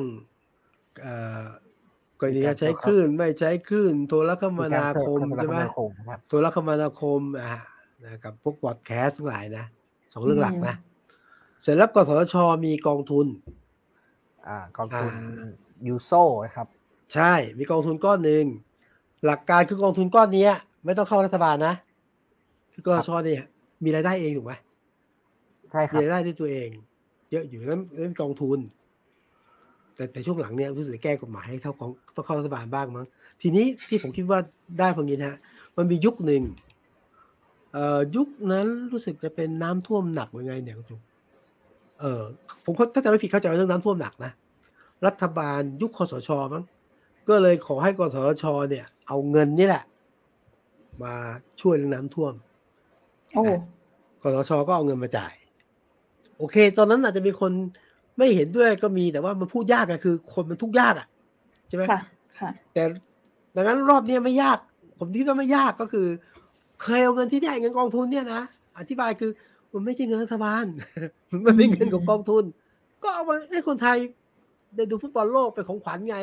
กรณีการใช้คลื่นไม่ใช้คลื่นโทรคมนาคมใช่ไหมโทรคมนาคมกับพวกพอดแคสต์ทั้งหลายนะ2เรื่องหลักนะเสร็จแล้วกสทช.มีกองทุนกองทุนยูโซครับใช่มีกองทุนก้อนหนึ่งหลักการคือกองทุนก้อนนี้ไม่ต้องเข้ารัฐบาลนะคือกสทช.เนี่ยมีรายได้เองถูกไหมใช่ครับมีรายได้ด้วยตัวเองเยอะอยู่นั้นกองทุนแต่ช่วงหลังเนี่ยรู้สึกแก้กฎหมายให้ต้องเข้ารัฐบาลบ้างมั้งทีนี้ที่ผมคิดว่าได้เพราะงี้นะมันมียุคหนึ่งยุคนั้นรู้สึกจะเป็นน้ำท่วมหนักยังไงเนี่ยคุณจุ๊ผมถ้าจำไม่ผิดเข้าใจเรื่องน้ำท่วมหนักนะรัฐบาลยุคคสช.มั้งก็เลยขอให้กสทช.เนี่ยเอาเงินนี่แหละมาช่วยเรื่องน้ำท่วมกสทช.ก็เอาเงินมาจ่ายโอเคตอนนั้นอาจจะมีคนไม่เห็นด้วยก็มีแต่ว่ามันพูดยากอะคือคนมันทุกข์ยากอะใช่ไหมค่ะแต่ดังนั้นรอบนี้ไม่ยากผมคิดว่าไม่ยากก็คือเคยเอาเงินที่ได้เงินกองทุนเนี่ยนะอธิบายคือมันไม่ใช่เงินรัฐบาลมันเป็นเงินของกองทุนก็เอามาให้คนไทยได้ดูฟุตบอลโลกเป็นของขวัญไง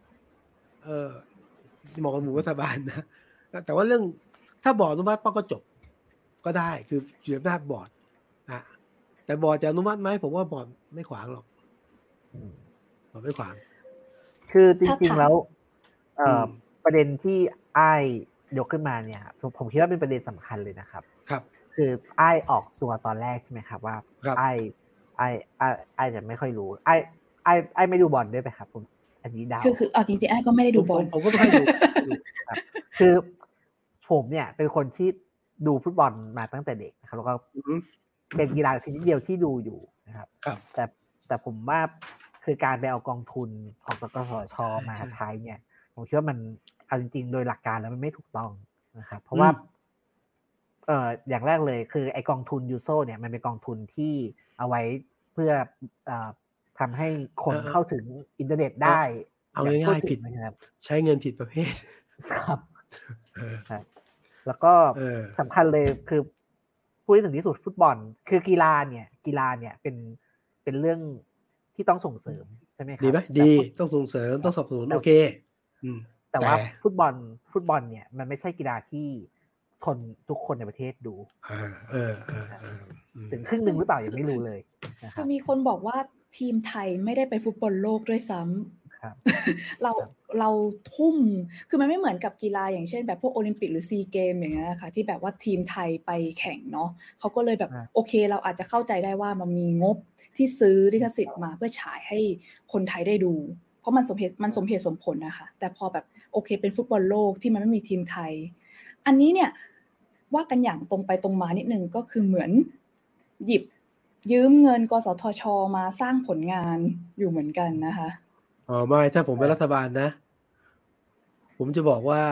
มองกันหมู่รัฐบาลนะแต่ว่าเรื่องถ้าบอร์ดอนุมัติก็จบก็ได้คืออยู่ในอำนาจบอร์ดแต่บอร์ดจะอนุมัติไหมผมว่าบอร์ดไม่ขวางหรอกบอร์ดไม่ขวางคือจริงๆแล้วประเด็นที่อ้ายยกขึ้นมาเนี่ยผมคิดว่าเป็นประเด็นสำคัญเลยนะครับคืออ้ายออกตัวตอนแรกใช่ไหมครับว่าอ้ายจะไม่ค่อยรู้อ้ายไม่ดูบอลด้วยไหมครับผมอันนี้ดาวคือจริงๆอ้ายก็ไม่ได้ดูบอลผมก็ไม่ค่อยดูครับคือผมเนี่ยเป็นคนที่ดูฟุตบอลมาตั้งแต่เด็กนะครับแล้วก็เป็นกีฬาชนิดเดียวที่ดูอยู่นะครับแต่ผมว่าคือการไปเอากองทุนของกสทช.มาใช้เนี่ยผมคิดว่ามันเอาจริงๆโดยหลักการแล้วมันไม่ถูกต้องนะครับเพราะว่าอย่างแรกเลยคือไอกองทุนยูโซเนี่ยมันเป็นกองทุนที่เอาไว้เพื่อทำให้คนเข้าถึงอินเทอร์เน็ตได้เอาง่ายๆผิดนะครับใช้เงินผิดประเภทครับแล้วก็สำคัญเลยคือพูดถึงที่สุดฟุตบอลคือกีฬาเนี่ยเป็นเรื่องที่ต้องส่งเสริมใช่ไหมครับดีไหมดีต้องส่งเสริมต้องสนับสนุนโอเคแต่ว่าฟุตบอลเนี่ยมันไม่ใช่กีฬาที่คนทุกคนในประเทศดูถึงครึ่งนึงหรือเปล่ายังไม่รู้เลยคือมีคนบอกว่าทีมไทยไม่ได้ไปฟุตบอลโลกด้วยซ้ำเราทุ่มคือมันไม่เหมือนกับกีฬาอย่างเช่นแบบพวกโอลิมปิกหรือซีเกมอย่างเงี้ยนะคะที่แบบว่าทีมไทยไปแข่งเนาะเขาก็เลยแบบโอเคเราอาจจะเข้าใจได้ว่ามันมีงบที่ซื้อลิขสิทธิ์มาเพื่อฉายให้คนไทยได้ดูเพราะมันสมเหตุสมผลนะคะแต่พอแบบโอเคเป็นฟุตบอลโลกที่มันไม่มีทีมไทยอันนี้เนี่ยว่ากันอย่างตรงไปตรงมานิดนึงก็คือเหมือนหยิบยืมเงินกสทช.มาสร้างผลงานอยู่เหมือนกันนะคะไม่ถ้าผมเป็นรัฐบาลนะผมจะบอกว่า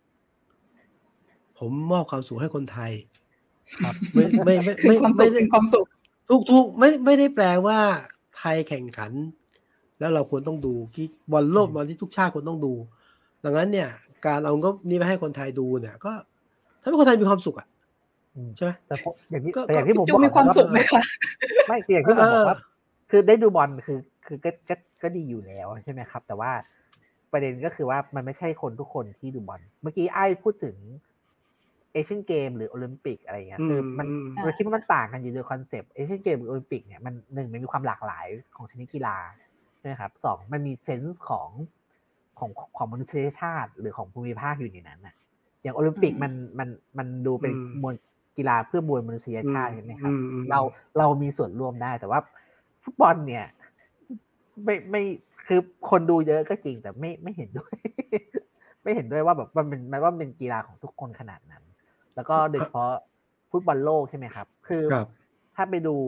ผมมอบความสุขให้คนไทยครับไม่ความสุขเป็นความสุขทุกไม่ได้แปลว่าไทยแข่งขันแล้วเราควรต้องดูบอลโลกบอลที่ทุกชาติควรต้องดูดังนั้นเนี่ยการเอาก็นี่มาให้คนไทยดูเนี่ยก็ถ้าเป็นคนไทยมีความสุขใช่ไหมแต่อย่างที่ผมบอกมีความสุขไหมคะไม่อย่างที่ผมบอกว่าคือได้ดูบอลคือก็ดีอยู่แล้วใช่ไหมครับแต่ว่าประเด็นก็คือว่ามันไม่ใช่คนทุกคนที่ดูบอลเมื่อกี้ไอ้พูดถึงเอเชียนเกมหรือโอลิมปิกอะไรอย่างเงี้ยคือมันคิดว่ามันต่างกันอยู่โดยคอนเซปต์เอเชียนเกมหรือโอลิมปิกเนี่ยมันมันมีความหลากหลายของชนิดกีฬาใช่ไหมครับ2มันมีเซนส์ของมนุษยชาติหรือของภูมิภาคอยู่ในนั้นน่ะอย่างโอลิมปิกมันดูเป็นมวลกีฬาเพื่อมวลมนุษยชาติใช่ไหมครับเรามีส่วนร่วมได้แต่ว่าฟุตบอลเนี่ยไม่คือคนดูเยอะก็จริงแต่ไม่เห็นด้วย ไม่เห็นด้วยว่าแบบมันเป็นกีฬาของทุกคนขนาดนั้นแล้วก็โดยเฉพาะฟุตบอลโลกใช่ไหมครับคือถ้าไปดู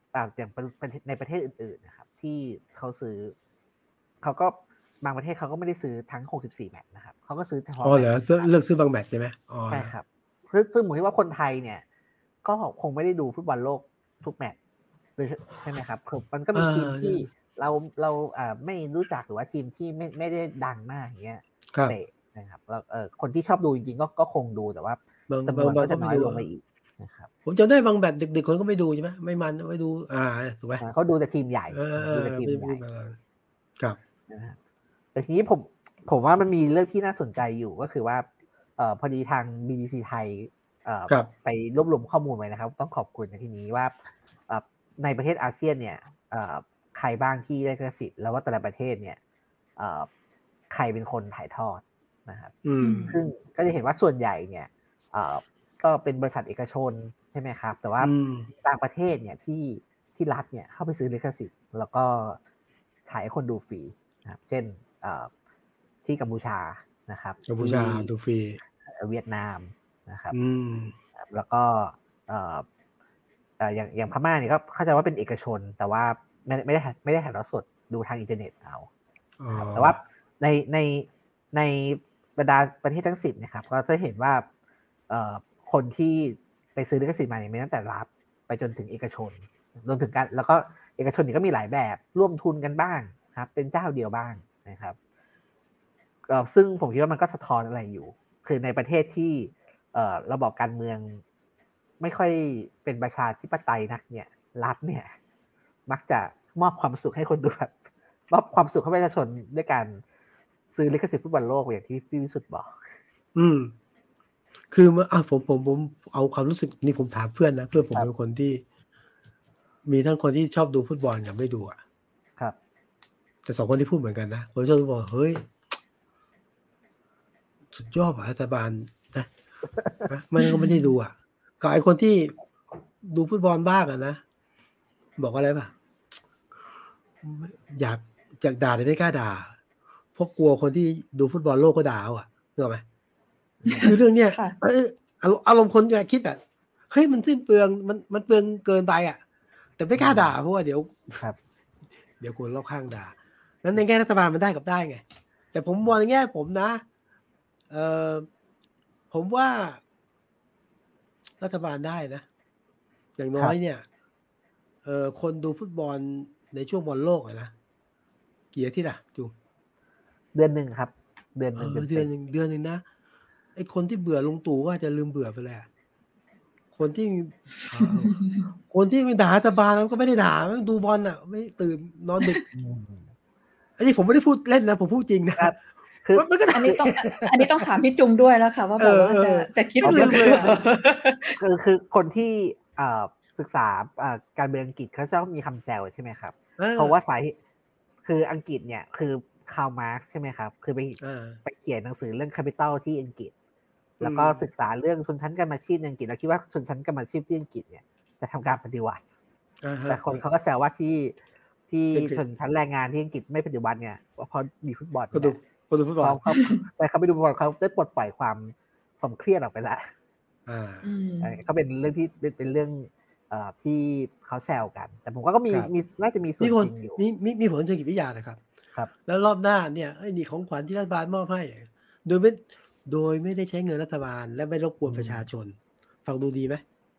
อย่างในประเทศอื่นๆนะครับที่เขาซื้อเขาก็บางประเทศเขาก็ไม่ได้ซื้อทั้ง64แมตช์นะครับเขาก็ซื้อเฉพาะเหรอเลือกซื้อบางแมตช์ใช่ไหมใช่ครับซึ่งผมคิดว่าคนไทยเนี่ยก็คงไม่ได้ดูฟุตบอลโลกทุกแมตช์ใช่ไหมครับมันก็มีทีมที่เราไม่รู้จักหรือว่าทีมที่ไม่ได้ดังมากอย่างเงี้ยเตะนะครับแล้วคนที่ชอบดูจริงๆก็คงดูแต่ว่าจำนวนก็จะน้อยลงไปอีกนะครับผมจำได้บางแมตช์ดึกๆคนก็ไม่ดูใช่ไหมไม่มันไม่ดูถูกไหมเขาดูแต่ทีมใหญ่ดูแต่ทีมใหญ่ครับนะครับแต่ทีนี้ผมว่ามันมีเรื่องที่น่าสนใจอยู่ก็คือว่าพอดีทาง BBC ไทยไปรวบรวมข้อมูลไว้นะครับต้องขอบคุณในที่นี้ว่าในประเทศอาเซียนเนี่ยใครบ้างที่ได้ลิขสิทธิ์แล้วว่าแต่ละประเทศเนี่ยใครเป็นคนถ่ายทอดนะครับซึ่งก็จะเห็นว่าส่วนใหญ่เนี่ยก็เป็นบริษัทเอกชนใช่ไหมครับแต่ว่าบางประเทศเนี่ยที่รัฐเนี่ยเข้าไปซื้อลิขสิทธิ์แล้วก็ถ่ายให้คนดูฟรีนะครับเช่นที่กัมพูชานะครับกัมพูชาดูฟรีเวียดนามนะครับแล้วก็อย่างพม่าเนี่ยก็เข้าใจว่าเป็นเอกชนแต่ว่าไม่ได้ถ่ายทอดสดดูทางอินเทอร์เน็ตเอาแต่ว่าในบรรดาประเทศทั้ง10นะครับก็จะเห็นว่าคนที่ไปซื้อลิขสิทธิ์มาเนี่ยมีตั้งแต่รัฐไปจนถึงเอกชนรวมถึงกันแล้วก็เอกชนนี่ก็มีหลายแบบร่วมทุนกันบ้างครับเป็นเจ้าเดียวบ้างนะครับซึ่งผมคิดว่ามันก็สะท้อนอะไรอยู่คือในประเทศที่ระบอบการเมืองไม่ค่อยเป็นประชาธิปไตยนักเนี่ยรัฐเนี่ยมักจะมอบความสุขให้คนดูแบบมอบความสุขให้ประชาชนด้วยการซื้อลิขสิทธิ์ฟุตบอลโลกอย่างที่พี่วิสุทธิ์บอกคือผมเอาความรู้สึกนี่ผมถามเพื่อนนะเพื่อนผมเป็นคนที่มีทั้งคนที่ชอบดูฟุตบอลกับไม่ดูครับแต่2คนที่พูดเหมือนกันนะผมชอบฟุตบอลเฮ้ยสุดยอดรัฐบาลนะมันก็ไม่ได้ดูกับไอ้คนที่ดูฟุตบอลบ้างนะบอกอะไรป่ะอยากด่าแต่ไม่กล้าด่าเพราะกลัวคนที่ดูฟุตบอลโลกก็ด่านึกออกไหมคือเรื่องเนี้ยอารมณ์คนจะคิดเฮ้ยมันสิ้นเปลืองมันเปลืองเกินไปแต่ไม่กล้าด่าเพราะว่าเดี๋ยวคนรอบข้างด่านั้นในแง่รัฐบาลมันได้กับได้ไงแต่ผมมองในแง่ผมนะผมว่ารัฐบาลได้นะอย่างน้อยเนี่ยคนดูฟุตบอลในช่วงบอลโลกนะกี่อาทิตย์จูเดือนหนึ่งครับเดือนหนึ่งนะไอ้คนที่เบื่อลุงตู่ว่าจะลืมเบื่อไปแล้วคนที่ไม่ด่ารัฐบาลแล้วก็ไม่ได้ด่ามันดูบอลไม่ตื่นนอนดึกอันนี้ผมไม่ได้พูดเล่นนะผมพูดจริงนะครับคืออันนี้ต้องถามพี่จุงด้วยแล้วค่ะว่าแบบว่าจะคิดลืมเลยคือคนที่ศึกษาการเมืองอังกฤษเขาจะมีคำแซวใช่ไหมครับเพราะว่าคืออังกฤษเนี่ยคือคาร์ล มาร์กซ์ใช่ไหมครับคือไปเขียนหนังสือเรื่อง Capital ที่อังกฤษแล้วก็ศึกษาเรื่องชนชั้นกรรมอาชีพในอังกฤษแล้วคิดว่าชนชั้นกรรมอาชีพที่อังกฤษเนี่ยจะทำการปฏิวัติแต่คนเขาก็แซวว่าที่ชนชั้นแรงงานที่อังกฤษไม่ปฏิวัติเนี่ยเพราะมีฟุตบอลก็ดูฟุตบอลแต่เขาไปดูฟุตบอลเขาได้ปลดปล่อยความเครียดออกไปแล้วก็เป็นเรื่องที่เป็นเรื่องที่เขาแซวกันแต่ผมก็มีน่าจะมีส่วนจริงอยู่มีผลเชิงจิตวิทยานะครับแล้วรอบหน้าเนี่ยนี่ของขวัญที่รัฐบาลมอบให้โดยไม่ได้ใช้เงินรัฐบาลและไม่รบกวนประชาชนฟังดูดีไหม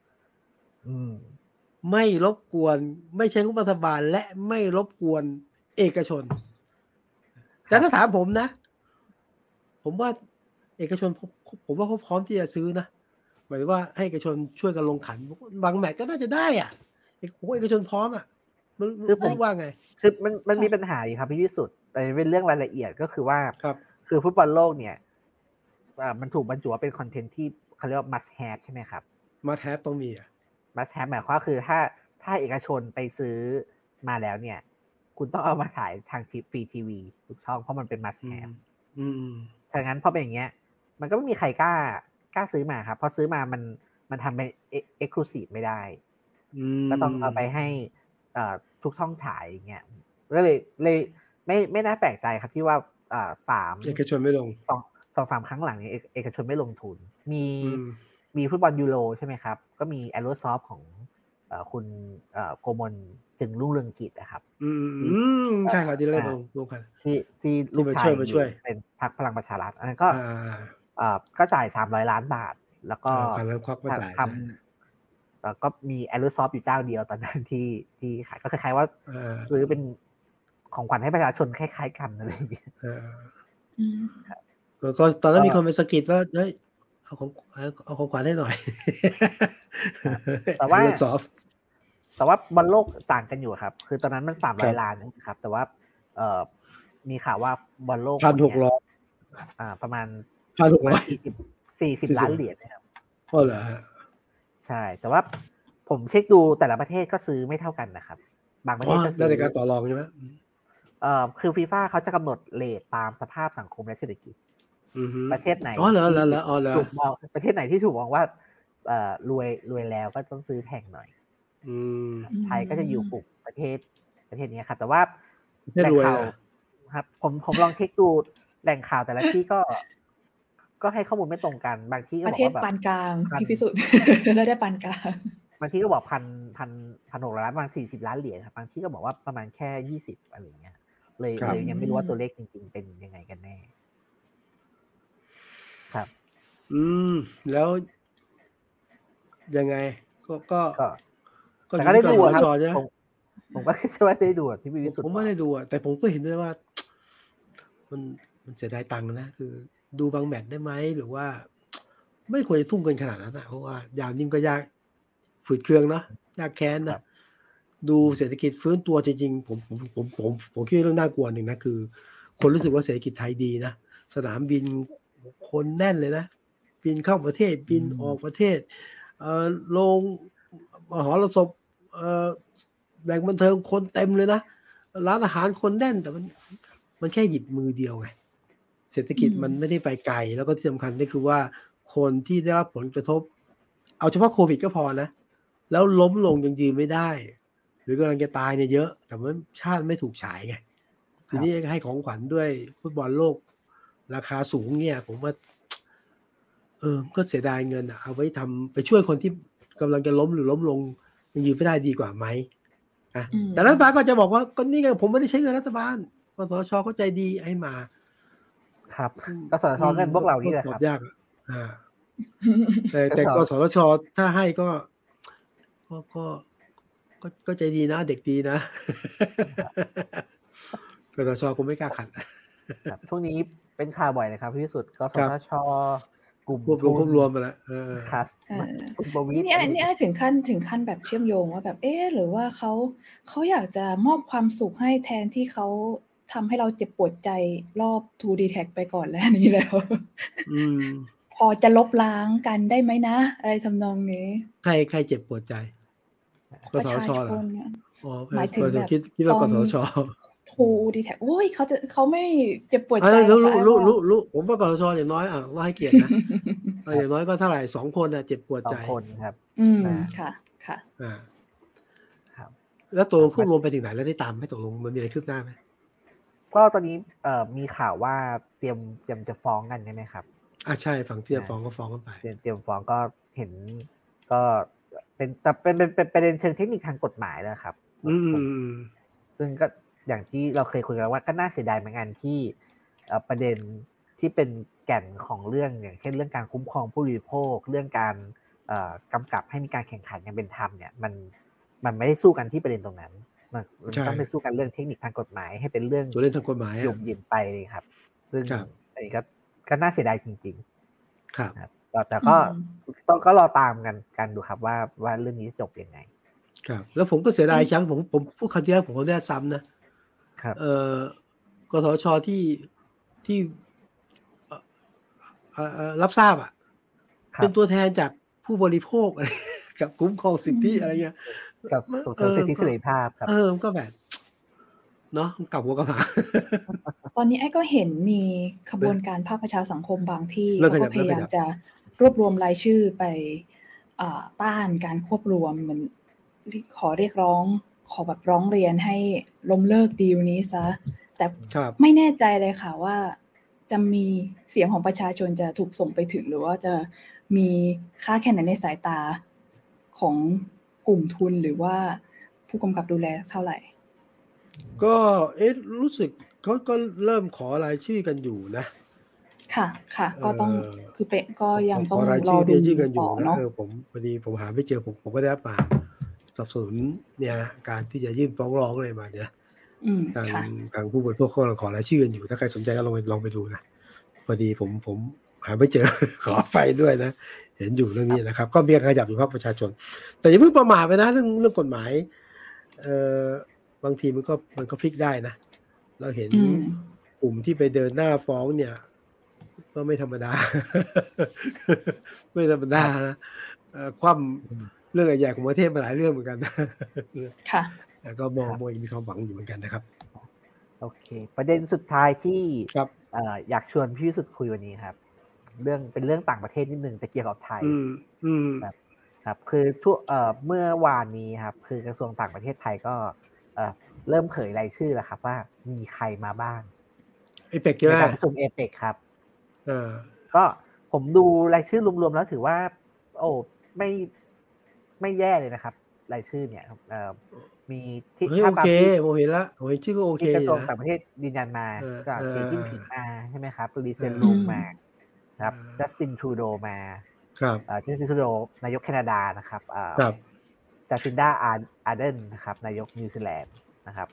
ไม่รบกวนไม่ใช้งบรัฐบาลและไม่รบกวนเอกชนแต่ถ้าถามผมนะผมว่าเอกชนผมว่าเขาพร้อมที่จะซื้อนะหมายถึงว่าให้เอกชนช่วยกันลงขันบางแมตช์ก็น่าจะได้เอกชนพร้อมคือผมว่าไงคือมันมีปัญหาอยู่ครับพี่วิสุทธิ์แต่เป็นเรื่องรายละเอียดก็คือว่าคือฟุตบอลโลกเนี่ยมันถูกบรรจุว่าเป็นคอนเทนต์ที่เขาเรียกว่า must have ใช่ไหมครับ must have ต้องมี must have หมายความคือถ้าเอกชนไปซื้อมาแล้วเนี่ยคุณต้องเอามาถ่ายทางฟรีทีวีทุกช่องเพราะมันเป็น must have ฉะนั้นพอเป็นอย่างเงี้ยมันก็ไม่มีใครกล้าซื้อมาครับเพราะซื้อมามันทำเป็น exclusive ไม่ได้ก็ต้องเอาไปให้ทุกช่องฉายอย่างเงี้ยก็เลยไม่น่าแปลกใจครับที่ว่า3 เอกชนไม่ลง 2-3 ครั้งหลังเนี่ยเอกชนไม่ลงทุนมีฟุตบอลยูโรใช่ไหมครับก็มีแอโรซอฟของคุณโกมลจึงรุ่งเรืองกิจนะครับใช่ครับที่เล่นลงกันที่ลูกชายเป็นพรรคพลังประชารัฐอันนั้นก็จ่าย300 ล้านบาทแล้วก็ทำก็มีแอร์รูซอฟต์อยู่เจ้าเดียวตอนนั้นที่ขายก็คล้ายๆว่าซื้อเป็นของขวัญให้ประชาชนคล้ายๆกันอะไรอย่างเงี้ยก็ตอนนั้นมีคนไปสะกิดว่าเฮ้ยเอาของขวัญให้หน่อยแต่ว่าบอลโลกต่างกันอยู่ครับคือตอนนั้นมัน300 ล้านนะครับแต่ว่ามีข่าวว่าบอลโลก 1,600 ประมาณ 40 ล้านเหรียญนะครับอ๋อเหรอใช่แต่ว่าผมเช็คดูแต่ละประเทศก็ซื้อไม่เท่ากันนะครับบางประเทศก็ซื้อในการต่อรองใช่ไหมคือฟีฟ่าเขาจะกำหนดเรทตามสภาพสังคมและเศรษฐกิจประเทศไหนถูกมองประเทศไหนที่ถูกมองว่ารวยแล้วก็ต้องซื้อแพงหน่อยไทยก็จะอยู่กลุ่มประเทศนี้ครับแต่ว่าแหล่งข่าวครับผมลองเช็คดูแหล่งข่าวแต่ละที่ก็ให้ข้อมูลไม่ตรงกันบางที่ก็บอกว่าแบบประเทศปานกลางพี่พิสุทธิ์แล้วได้ปานกลางบางที่ก็บอก1,600 ล้านประมาณ40 ล้านเหรียญครับบางที่ก็บอกว่าประมาณแค่20อะไรอย่างเงี้ยเลยยังไม่รู้ว่าตัวเลขจริงๆเป็นยังไงกันแน่ครับแล้วยังไงก็ได้ดูครับผมก็คิดว่าได้ดูที่พี่วิสุทธิ์ผมไม่ได้ดูแต่ผมก็เห็นด้วยว่ามันเสียดายตังค์นะคือดูบางแมตช์ได้ไหมหรือว่าไม่ควรจะทุ่มเกินขนาดนั้นนะเพราะว่าอย่างนี้ก็ยากฝืดเคืองนะยากแค้นนะดูเศรษฐกิจฟื้นตัวจริงๆผมคิดเรื่องน่ากลัวหนึ่งนะคือคนรู้สึกว่าเศรษฐกิจไทยดีนะสนามบินคนแน่นเลยนะบินเข้าประเทศบินออกประเทศลงมหรสพแหล่งบันเทิงคนเต็มเลยนะร้านอาหารคนแน่นแต่มันแค่หยิบมือเดียวไงเศรษฐกิจมันไม่ได้ไปไกลแล้วก็ที่สำคัญก็คือว่าคนที่ได้รับผลกระทบเอาเฉพาะโควิดก็พอนะแล้วล้มลงยังยืนไม่ได้หรือกำลังจะตายเนี่ยเยอะแต่ว่าชาติไม่ถูกฉายไงทีนี้ให้ของขวัญด้วยฟุตบอลโลกราคาสูงเนี่ยผมว่าก็เสียดายเงินเอาไว้ทำไปช่วยคนที่กำลังจะล้มหรือล้มลงยังยืนไม่ได้ดีกว่าไหมแต่รัฐบาลก็จะบอกว่าก็นี่ไงผมไม่ได้ใช้เงินรัฐบาลกสชเขาใจดีให้มาครับกสชเงินพวกเรานี่แหละครับยากแต่กสชถ้าให้ก็ใจดีนะเด็กดีนะกสชคงไม่กล้าขัดช่วงนี้เป็นข่าวบ่อยนะครับที่สุดกสทชกลุ่มควบรวมไปแล้วครับนี่ถึงขั้นแบบเชื่อมโยงว่าแบบหรือว่าเขาอยากจะมอบความสุขให้แทนที่เขาทำให้เราเจ็บปวดใจรอบ 2D Tag ไปก่อนแล้วนี้แล้วพอจะลบล้างกันได้ไหมนะอะไรทำนองนี้ใครเจ็บปวดใจกสชเหรอหมายถึงแบบคิดว่ากสช 2D Tag โอ้ยเขาไม่เจ็บปวดใจรู้ผมว่ากสชอย่างน้อยเราให้เกียรตินะอย่างน้อยก็เท่าไหร่2 คนเจ็บปวดใจ 2 คนครับค่ะครับแล้วตัวควบรวมไปถึงไหนแล้วได้ตามไหมตกลงมันมีอะไรคืบหน้าไหมก็ตอนนี้มีข่าวว่าเตรียมจะฟ้องกันใช่ไหมครับใช่ฝั่งที่จะฟ้องก็ฟ้องกันไปเตรียมฟ้องก็เห็นก็เป็นประเด็นเชิงเทคนิคทางกฎหมายแล้วครับซึ่งก็อย่างที่เราเคยคุยกันว่าก็น่าเสียดายเหมือนกันที่ประเด็นที่เป็นแก่นของเรื่องอย่างเช่นเรื่องการคุ้มครองผู้บริโภคเรื่องการกำกับให้มีการแข่งขันอย่างเป็นธรรมเนี่ยมันไม่ได้สู้กันที่ประเด็นตรงนั้นมันต้องไปสู้กันเรื่องเทคนิคทางกฎหมายให้เป็นเรื่องตัวเล่นทางกฎหมายหยุมหยิมไปเลยครับซึ่งอันนี้ก็น่าเสียดายจริงๆครับแต่ก็รอตามกันดูครับว่าเรื่องนี้จะจบยังไงครับแล้วผมก็เสียดายครั้งผมพูดครั้งที่แล้วผมก็ได้ซ้ำนะครับกสชที่รับทราบเป็นตัวแทนจากผู้บริโภคอะไรกับคุ้มครองสิทธิอะไรเงี้ยกับส่งเสริมสิทธิเสรีภาพครับก็แบบเนาะกลับหัวกลับหางตอนนี้ไอ้ก็เห็นมีขบวนการภาคประชาสังคมบางที่เขาก็พยายามจะรวบรวมรายชื่อไปต้านการควบรวมเหมือนขอเรียกร้องขอแบบร้องเรียนให้ล้มเลิกดีลนี้ซะแต่ไม่แน่ใจเลยค่ะว่าจะมีเสียงของประชาชนจะถูกส่งไปถึงหรือว่าจะมีค่าแค่ไหนในสายตาของกลุ่มทุนหรือว่าผู้กำกับดูแลเท่าไหร่ก็รู้สึกเขาก็เริ่มขอรายชื่อกันอยู่นะค่ะก็ต้องคือเป๊ะก็ยังต้องรอดูกันอยู่ต่อนะเนาะผมพอดีผมหาไม่เจอผมก็ได้รับมาสนับสนุนเนี่ยนะการที่จะยื่นฟ้องร้องอะไรมาเนี่ยทางผู้บริโภคเขาขอรายชื่อกันอยู่ถ้าใครสนใจก็ลองไปดูนะพอดีผมหาไม่เจอ ขอไฟด้วยนะเห็นอยู่เรื่องนี้นะครับ ก็มีการขยับอยู่ภาคประชาชนแต่อย่าเพิ่งประมาทไปนะเรื่องกฎหมายบางทีมันก็พลิกได้นะเราเห็นกลุ่มที่ไปเดินหน้าฟ้องเนี่ยก็ไม่ธรรมดา ไม่ธรรมดานะคว่ำเรื่องใหญ่ของประเทศมาหลายเรื่องเหมือนกันค่ะแต่ก็มองมีความหวังอยู่เหมือนกันนะครับโอเคประเด็นสุดท้ายที่ อยากชวนพี่วิสุทธิ์คุยวันนี้ครับเป็นเรื่องต่างประเทศนิดนึงแต่เกี่ยวกับไทยครับคือเมื่อวานนี้ครับคือกระทรวงต่างประเทศไทยก็เริ่มเผยรายชื่อแล้วครับว่ามีใครมาบ้างเอเปกใช่ไหมในการประชุมเอเปกครับก็ผมดูรายชื่อรวมๆแล้วถือว่าโอ้ไม่แย่เลยนะครับรายชื่อเนี่ยมีที่โอเคผมเห็นละผมเห็นชื่อก็โอเคที่กระทรวงต่างประเทศยืนยันมาก็เสียจิ้นผิงมาใช่ไหมครับลีเซนลุงมาครับจัสตินทรูโดมาครับจัสตินทรูโดนายกแคนาดานะครับจาซินดาอาร์เดนนะครับนายกนิวซีแลนด์นะครับ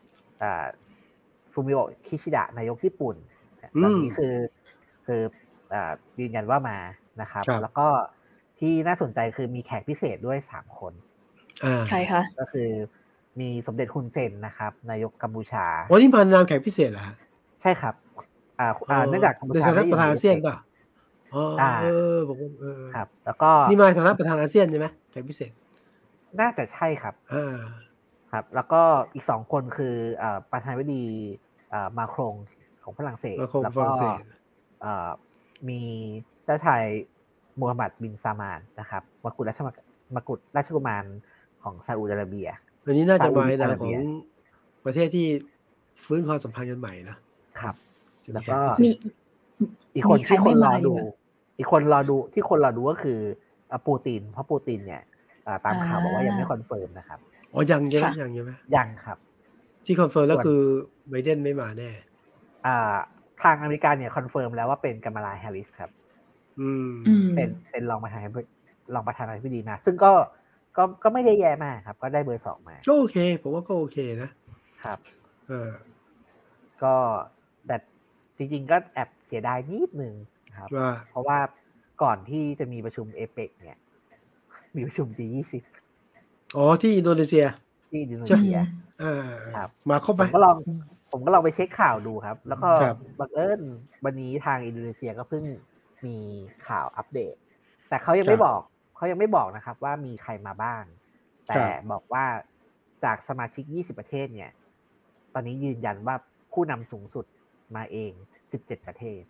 ฟูมิโอคิชิดะนายกญี่ปุ่นตอนนี้คือยืนยันว่ามานะครับแล้วก็ที่น่าสนใจคือมีแขกพิเศษด้วย3คนใครคะก็คือมีสมเด็จฮุนเซนนะครับนายกกัมพูชาวันนี้มานามแขกพิเศษเหรอใช่ครับเนื่องจากกัมพูชาไม่ประธานอาเซียนป่ะบอกครับแล้วก็นี่มาฐานะประธานอาเซียนใช่ไหมแขกพิเศษน่าจะใช่ครับครับแล้วก็อีก2คนคือประธานาธิบดีมาครงของฝรั่งเศสแล้วก็มีเจ้าชายมูฮัมหมัดบินซามานนะครับมกุฎราชกุมารของซาอุดิอาระเบียอันนี้น่าจะมาในของประเทศที่ฟื้นความสัมพันธ์กันใหม่นะครับแล้วก็อีกคนที่คนรอดูที่คนรอดูก็คือปูตินเพราะปูตินเนี่ยตามข่าวบอกว่ายังไม่คอนเฟิร์มนะครับยังใช่ไหมยังครับที่คอนเฟิร์มแล้วคือไบเดนไม่มาแน่ทางอเมริกาเนี่ยคอนเฟิร์มแล้วว่าเป็นกัมมาลาแฮร์ริสครับเป็นรองประธานาธิบดีมาซึ่งก็ไม่ได้แย่มากครับก็ได้เบอร์2มาก็โอเคผมว่าก็โอเคนะครับก็แต่จริงๆก็แอบเสียดายนิดนึงครับเพราะว่าก่อนที่จะมีประชุมเอเปกเนี่ยมีประชุม G20 ที่อินโดนีเซียครับมาครบไหมผมก็ลองไปเช็คข่าวดูครับแล้วก็บังเอิญวันนี้ทางอินโดนีเซียก็เพิ่งมีข่าวอัปเดตแต่เขายังไม่บอกนะครับว่ามีใครมาบ้างแต่บอกว่าจากสมาชิก20ประเทศเนี่ยตอนนี้ยืนยันว่าผู้นำสูงสุดมาเอง17ประเทศ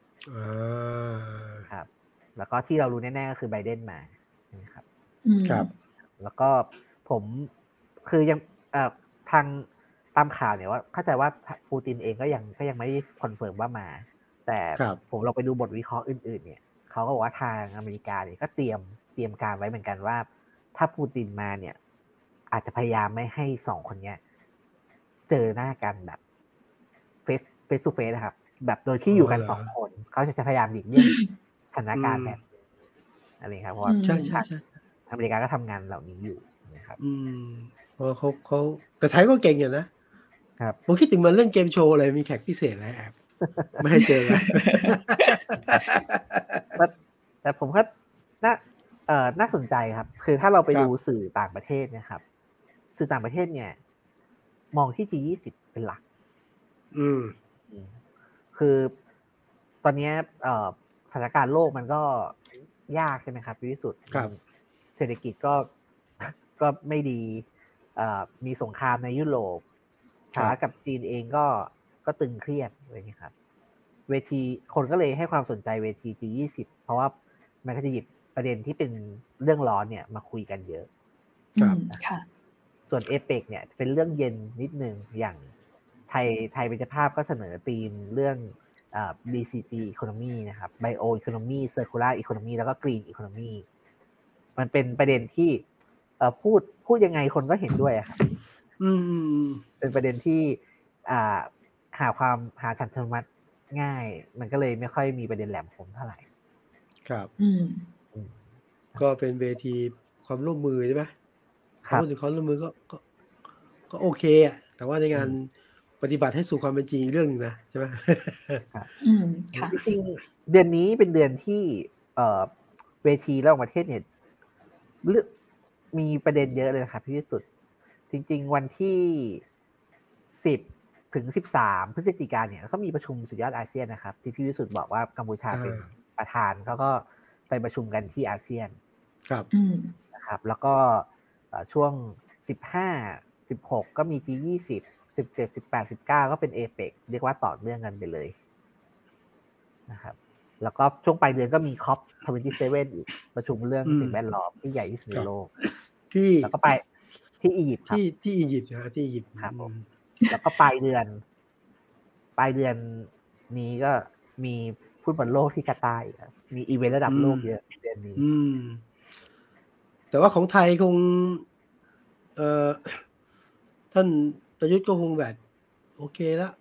ครับแล้วก็ที่เรารู้แน่ๆก็คือไบเดนมาครับแล้วก็ผมคือยังทางตามข่าวเนี่ยว่าเข้าใจว่าปูตินเองก็ยังไม่ได้คอนเฟิร์มว่ามาแต่ผมเราไปดูบทวิเคราะห์อื่นๆเนี่ยเขาก็บอกว่าทางอเมริกาเนี่ยก็เตรียมการไว้เหมือนกันว่าถ้าปูตินมาเนี่ยอาจจะพยายามไม่ให้2คนนี้เจอหน้ากันแบบเฟสทูเฟสนะครับแบบโดยที่อยู่กัน2คนเขาจะพยายามหลีกเลี่ยงสถานการณ์แบบอะไรครับเพราะว่าอเมริกาก็ทำงานเหล่านี้อยู่นะครับเพราะเขาแต่ไทยก็เก่งอยู่นะครับผมคิดถึงมันเล่นเกมโชว์อะไรมีแขกพิเศษอะไรแอบไม่ให้เจอเลยแต่ผมก็น่าสนใจครับคือถ้าเราไปดูสื่อต่างประเทศนะครับสื่อต่างประเทศเนี่ยมองที่ G20 เป็นหลักคือตอนนี้สถานการณ์โลกมันก็ยากใช่ไหมครับที่สุดเศรษฐกิจก็ไม่ดีมีสงครามในยุโรปสหรัฐกับจีนเองก็ตึงเครียดอะไรอย่างนี้ครับเวทีคนก็เลยให้ความสนใจเวที G20 เพราะว่ามันก็จะหยิบประเด็นที่เป็นเรื่องร้อนเนี่ยมาคุยกันเยอะส่วนเอเปกเนี่ยเป็นเรื่องเย็นนิดนึงอย่างไทยเป็นเจ้าภาพก็เสนอธีมเรื่องBCG Economy นะครับ Bio Economy Circular Economy แล้วก็ Green Economy มันเป็นประเด็นที่พูดยังไงคนก็เห็นด้วยครับเป็นประเด็นที่หาฉันทมัดง่ายมันก็เลยไม่ค่อยมีประเด็นแหลมคมเท่าไหร่ครับก็เป็นเวทีความร่วมมือใช่ไหมพูดถึงความร่วมมือก็โอเคอ่ะแต่ว่าในงานปฏิบัติให้สู่ความเป็นจริงเรื่องนึงนะใช่ไหมครับจริงๆเดือนนี้เป็นเดือนที่เวทีระหว่างประเทศเนี่ยมีประเด็นเยอะเลยครับที่สุดจริงๆวันที่10 ถึง 13 พฤศจิกายนเนี่ยเขามีประชุมสุดยอดอาเซียนนะครับที่พี่วิสุทธ์บอกว่ากัมพูชาเป็นประธานเขาก็ไปประชุมกันที่อาเซียนครับนะครับแล้วก็ช่วง15 16ก็มี G20 17 18 19ก็เป็น APEC เรียกว่าต่อเนื่องกันไปเลยนะครับแล้วก็ช่วงปลายเดือนก็มี COP27 อีกประชุมเรื่องสิ่งแวดล้อมที่ใหญ่ที่สุดในโลกแล้วก็ไปที่อียิปต์ครับที่อียิปต์นะที่อียิปต์ครับผมแล้วก็ปลายเดือนนี้ก็มีฟุตบอลโลกที่กาตาร์อีกครับมีอีเวนต์ระดับโลกเยอะเดือนนี้แต่ว่าของไทยคงท่านประยุทธ์ก็คงแบบโอเคแล้ว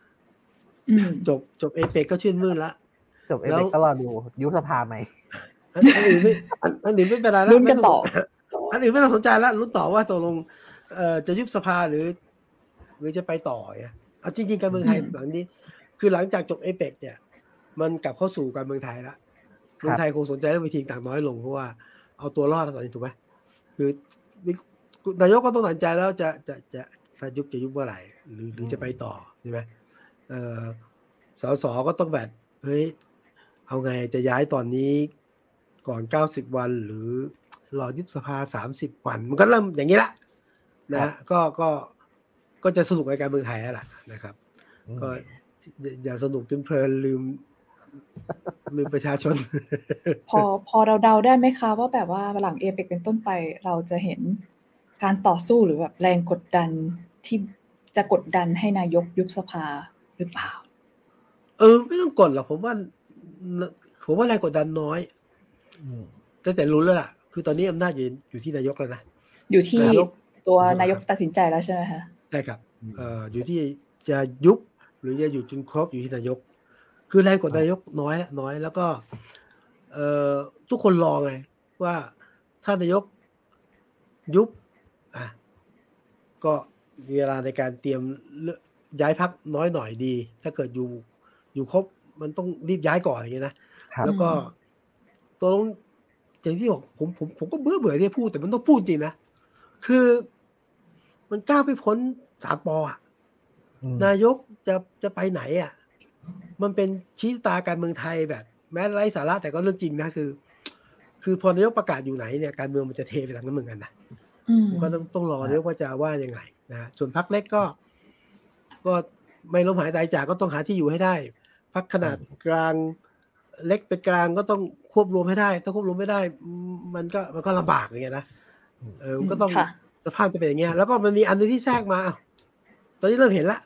จบเอเปกก็ชื่นมื่นละจบเอเปกก็รอดูยุบสภาไหมอันอื่นไม่เป็นไรแล้วลุ้นกันต่ออันอื่นไม่ต้องสนใจแล้วลุ้นต่อว่าตกลงจะยุบสภาหรือจะไปต่อเนี่ยเอาจริงๆการเมืองไทยหลังนี้คือหลังจากจบเอเปกเนี่ยมันกลับเข้าสู่การเมืองไทยแล้วเมืองไทยคงสนใจเรื่องวิธีต่างน้อยลงเพราะว่าเอาตัวรอดตอนนี้ถูกไหมคือนายกก็ต้องตัดใจแล้วจะยุบเมื่อไหร่หรือจะไปต่อใช่ไหมสสก็ต้องแบบเฮ้ยเอาไงจะย้ายตอนนี้ก่อน90 วันหรือรอยุบสภา30 วันมันก็เริ่มอย่างนี้ละนะก็จะสนุกในการเมืองไทยแล้วล่ะนะครับก็อย่าสนุกจนเพลินลืมประชาชนพอเราเดาได้ไหมคะว่าแบบว่าหลังเอเปกเป็นต้นไปเราจะเห็นการต่อสู้หรือแบบแรงกดดันที่จะกดดันให้นายกยุบสภาหรือเปล่าไม่ต้องกดหรอกผมว่าแรงกดดันน้อยแต่รู้แล้วล่ะคือตอนนี้อำนาจอยู่ที่นายกแล้วนะอยู่ที่ตัวนายกตัดสินใจแล้วใช่ไหมคะใช่ครับอยู่ที่จะยุบหรือจะอยู่จนครบอยู่ที่นายกคือแรงกดดันนายกน้อยแล้วก็ทุกคนรอไงว่าถ้านายกยุบก็มีเวลาในการเตรียมย้ายพรรคน้อยหน่อยดีถ้าเกิดอยู่ครบมันต้องรีบย้ายก่อนอย่างเงี้ยนะแล้วก็ตัวลงอย่างที่บอกผมก็เบื่อที่พูดแต่มันต้องพูดจริงนะคือมันก้าวไปพ้น3 ป.นายกจะไปไหนมันเป็นชี้ตาการเมืองไทยแบบแม้ไร้สาระแต่ก็เรื่องจริงนะคือพอนายกประกาศอยู่ไหนเนี่ยการเมืองมันจะเทไปทางนั้นเหมือนกันนะก็ต้องรอเรียกว่าจะว่ายังไงนะส่วนพรรคเล็กก็ไม่ล้มหายตายจากก็ต้องหาที่อยู่ให้ได้พรรคขนาดกลางเล็กเป็นกลางก็ต้องควบรวมให้ได้ถ้าควบรวมไม่ได้มันก็ลำบากอย่างเงี้ยนะก็ต้องสภาพจะเป็นอย่างเงี้ยแล้วก็มันมีอันนึงที่แทรกมาตอนนี้เริ่มเห็นละ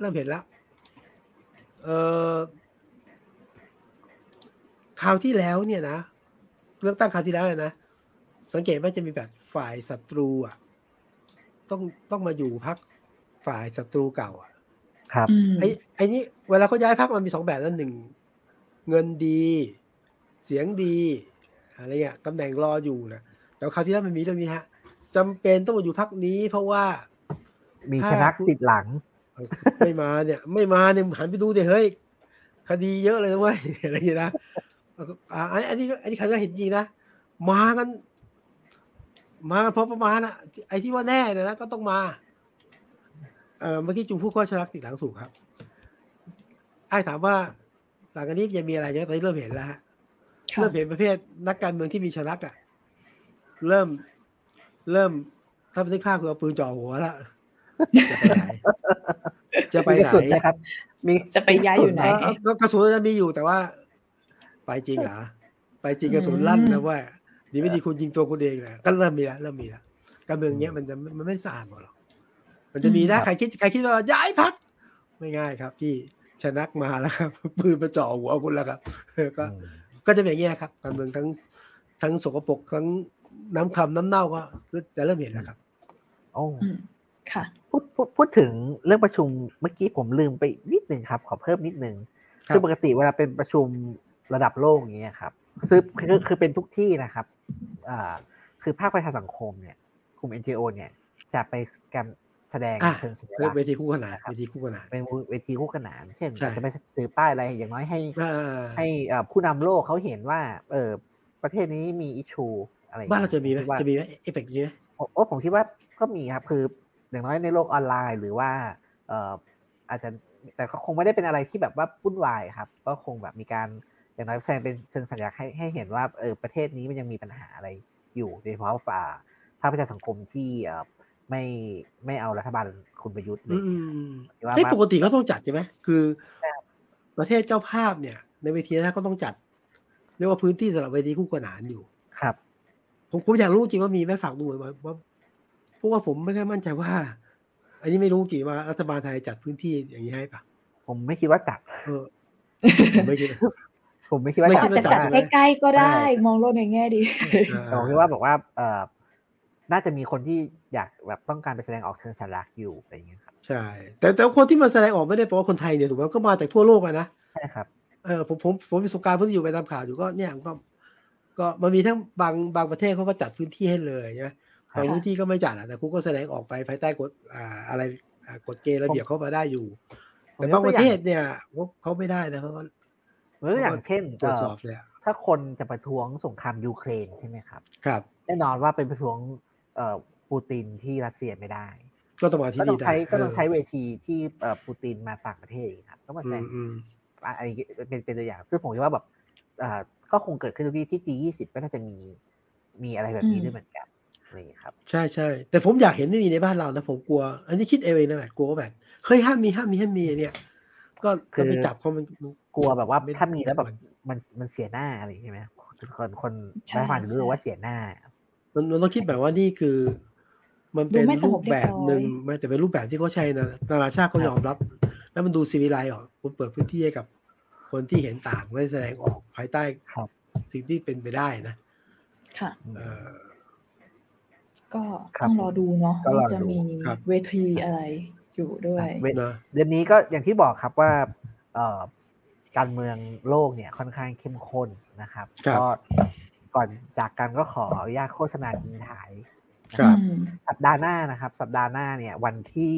คราวที่แล้วเนี่ยนะเลือกตั้งคราวที่แล้วนะสังเกตว่าจะมีแบบฝ่ายศัตรูต้องมาอยู่พรรคฝ่ายศัตรูเก่าครับไอ้นี่เวลาเขาย้ายพรรคมันมี2 แบบนั่น1เงินดีเสียงดีอะไรเงี้ยตำแหน่งรออยู่นะแต่คราวที่แล้วมันมีเรื่องนี้ฮะจำเป็นต้องมาอยู่พรรคนี้เพราะว่ามีชนะติดหลังไม่มาเนี่ยหันไปดูดิเฮ้ยคดีเยอะเลยนะเว้ยอะไรอย่างนี้นะอันนี้ใครก็เห็นจริงนะมากันพอประมาณไอ้ที่ว่าแน่เนี่ยนะก็ต้องมาเมื่อกี้จุงพูดว่าชนะติดหลังถูกครับไอ้ถามว่าหลังจากนี้จะมีอะไรตอนนี้เริ่มเห็นแล้วฮะเริ่มเห็นประเภทนักการเมืองที่มีชนะเริ่มถ้าเป็นภาพคือเอาปืนจ่อหัวแล้วจะไปไหนครับมีจะไปย้ายอยู่ไหนกระสุนจะมีอยู่แต่ว่าไปจริงเหรอไปจริงกระสุนลั่นนะว่าดีไม่ดีคุณยิงตัวคุณเองนะก็เริ่มมีแล้วการเมืองเนี้ยมันไม่สะอาดหมดหรอกมันจะมีนะใครคิดว่าย้ายพรรคไม่ง่ายครับที่ชนะมาแล้วครับปืนมาจ่อหัวคุณแล้วครับก็จะเป็นอย่างเงี้ยครับการเมืองทั้งสกปรกทั้งน้ำคำน้ำเน่าก็จะเริ่มเห็นแล้วครับโอ้ค่ะพูดถึงเรื่องประชุมเมื่อกี้ผมลืมไปนิดนึงครับขอเพิ่มนิดนึงครับคือปกติเวลาเป็นประชุมระดับโลกอย่างเงี้ยครับคือเป็นทุกที่นะครับคือภาคประชาสังคมเนี่ยกลุ่ม NGO เนี่ยจะไปการแสดงเชิงสัญลักษณ์เวทีคู่ขนานเวทีคู่ขนานเป็นเวทีคู่ขนานเช่นใช่อาจจะไปถือป้ายอะไรอย่างน้อยให้ผู้นำโลกเขาเห็นว่าประเทศนี้มีอิชชูอะไรอย่างบ้านเงี้ยเราจะมีไหมเอฟเฟกต์นี้ไหมผมคิดว่าก็มีครับคืออย่างน้อยในโลกออนไลน์หรือว่าอาจจะแต่ก็คงไม่ได้เป็นอะไรที่แบบว่าวุ่นวายครับก็คงแบบมีการอย่างน้อยแสดงเป็นเชิงสัญลักษณ์ให้เห็นว่าประเทศนี้มันยังมีปัญหาอะไรอยู่โดยเฉพาะภาคประชาสังคมที่ไม่เอารัฐบาลคุณประยุทธ์เลยให้ปกติเขาต้องจัดใช่ไหมคือประเทศเจ้าภาพเนี่ยในเวทีนั้นก็ต้องจัดเรียกว่าพื้นที่สำหรับเวทีคู่ขนานอยู่ครับผมอยากรู้จริงว่ามีไหมฝากดูว่าเพราะว่าผมไม่ค่อยมั่นใจว่าอันนี้ไม่รู้จริงว่ารัฐบาลไทยจัดพื้นที่อย่างนี้ให้ปะผมไม่คิดว่าจัดผมไม่คิดว่าจะจัดใกล้ๆก็ได้มองโลกในแง่ดีผมคิดว่าบอกว่าน่าจะมีคนที่อยากแบบต้องการไปแสดงออกเชิงสัญลักษณ์อยู่อะไรอย่างเงี้ยครับใช่แต่คนที่มาแสดงออกไม่ได้แปลว่าคนไทยเนี่ยถูกไหมก็มาจากทั่วโลกอะนะใช่ครับผมมีประสบการณ์เพิ่งอยู่ไปตามข่าวอยู่ก็เนี่ยก็มันมีทั้งบางประเทศเขาก็จัดพื้นที่ให้เลยใช่ไหมบางพื้นที่ก็ไม่จัดแต่คุณก็แสดงออกไปภายใต้กฎอะไรกฎเกณฑ์ระเบียบเข้ามาได้อยู่แต่บางประเทศเนี่ยเขาไม่ได้นะเขาก็อย่างเช่นตรวจสอบเลยถ้าคนจะประท้วงสงครามยูเครนใช่ไหมครับครับแน่นอนว่าเป็นประท้วงปูตินที่รัสเซียไม่ได้ก็ต้องมาที่นี่ได้ก็ต้องใช้เวทีที่ปูตินมาต่างประเทศครับต้องมาแสดงอันนี้เป็นตัวอย่างซึ่งผมคิดว่าแบบก็คงเกิดขึ้นทุกที่ G20 ก็น่าจะมีอะไรแบบนี้ด้วยเหมือนกันนี่ครับใช่แต่ผมอยากเห็นไม่มีในบ้านเรานะผมกลัวอันนี้คิดเองนะแบบกลัวแบบเฮ้ยห้ามมีเนี่ยก็ไปจับเขามันกลัวแบบว่าถ้ามีแล้วแบบมันเสียหน้าอะไรใช่ไหมคนได้ผ่านจะรู้ว่าเสียหน้ามันต้องคิดแบบว่านี่คือมันเป็นรูปแบบหนึ่งไม่แต่เป็นรูปแบบที่เขาใช้นะนานาชาติเขายอมรับแล้วมันดูซีวิไลซ์ออกคุณเปิดพื้นที่ให้กับคนที่เห็นต่างไม่แสดงออกภายใต้สิ่งที่เป็นไปได้นะค่ะก็ต้องรอดูเนาะว่าจะมีเวทีอะไรอยู่ด้วยเดือนนี้ก็อย่างที่บอกครับว่าการเมืองโลกเนี่ยค่อนข้างเข้มข้นนะครับก็ก่อนจากกันก็ขออนุญาตโฆษณาทิ้งท้ายสัปดาห์หน้านะครับสัปดาห์หน้าเนี่ยวันที่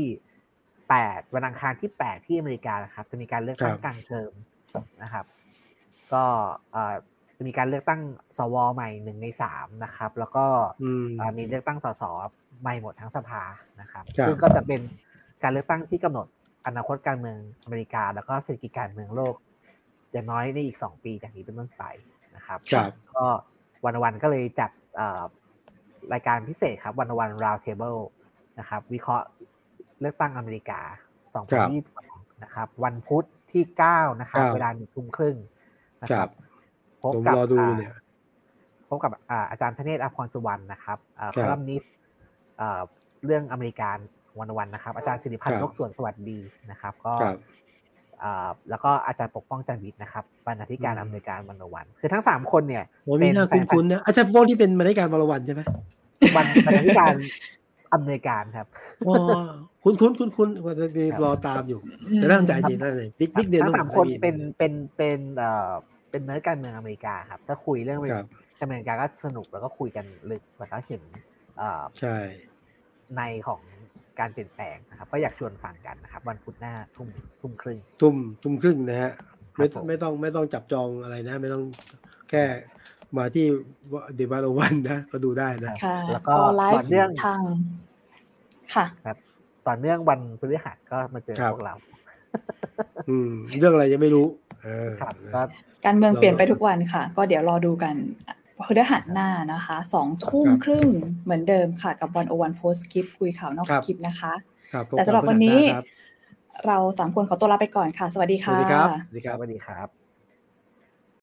8วันอังคารที่8ที่อเมริกานะครับจะมีการเลือกตั้งกลางเทอมนะครับก็จะมีการเลือกตั้งสวใหม่1ใน3นะครับแล้วก็มีเลือกตั้งสสใหม่หมดทั้งสภานะครับซึ่งก็จะเป็นการเลือกตั้งที่กำหนดอนาคตการเมืองอเมริกาแล้วก็เศรษฐกิจการเมืองโลกอย่างน้อยในอีก2ปีจากนี้เป็นต้นไปนะครับก็วันก็เลยจัดรายการพิเศษครับวันRound Table นะครับวิเคราะห์เลือกตั้งอเมริกา2022นะครับวันพุธที่9นะครับเวลา 19:30 น.นะครับพบกับอาจารย์ธเนศ อภรสุวรรณนะครับคอลัมนิสต์เรื่องอเมริกาวันนะครับอาจารย์สิริพันธ์นกสวนสวัสดีนะครับก็แล้วก็อาจารย์ปกป้องจันทร์วิทย์นะครับบรรณาธิการอเมริกันวันคือทั้ง3คนเนี่ยเป็นคุ้นๆนะอาจารย์ปกป้องที่เป็นบรรณาธิการวันใช่ไหมบรรณาธิการอเมริกันครับอ๋อคุ้นว่าจะรอตามอยู่แต่น่าสนใจจริงน่าสนใจบิ๊กเดนทั้ง3คนเป็นเนื้อการเมืองอเมริกาครับถ้าคุยเรื่องการเมืองอเมริกาก็สนุกแล้วก็คุยกันลึกแล้วก็เห็นใช่ในของการเปลี่ยนแปลงนะครับก็อยากชวนฟังกันนะครับวันพุธหน้าทุ่มครึ่งนะฮะไม่ต้องจับจองอะไรนะไม่ต้องแค่มาที่เดบาโรวันนะก็ดูได้นะแล้วก็ต่อเนื่องทางค่ะครับต่อเนื่องวันพฤหัสก็มาเจอพวกเราเรื่องอะไรยังไม่รู้การเมืองเปลี่ยนไปทุกวันค่ะก็เดี๋ยวรอดูกันพฤหัสหน้านะคะ 20:30 น.เหมือนเดิมค่ะกับ101 Post Script คุยข่าวนอกสคริปต์นะคะแต่สำหรับวันนี้เรา3คนขอตัวลาไปก่อนค่ะสวัสดีค่ะสวัสดีครับ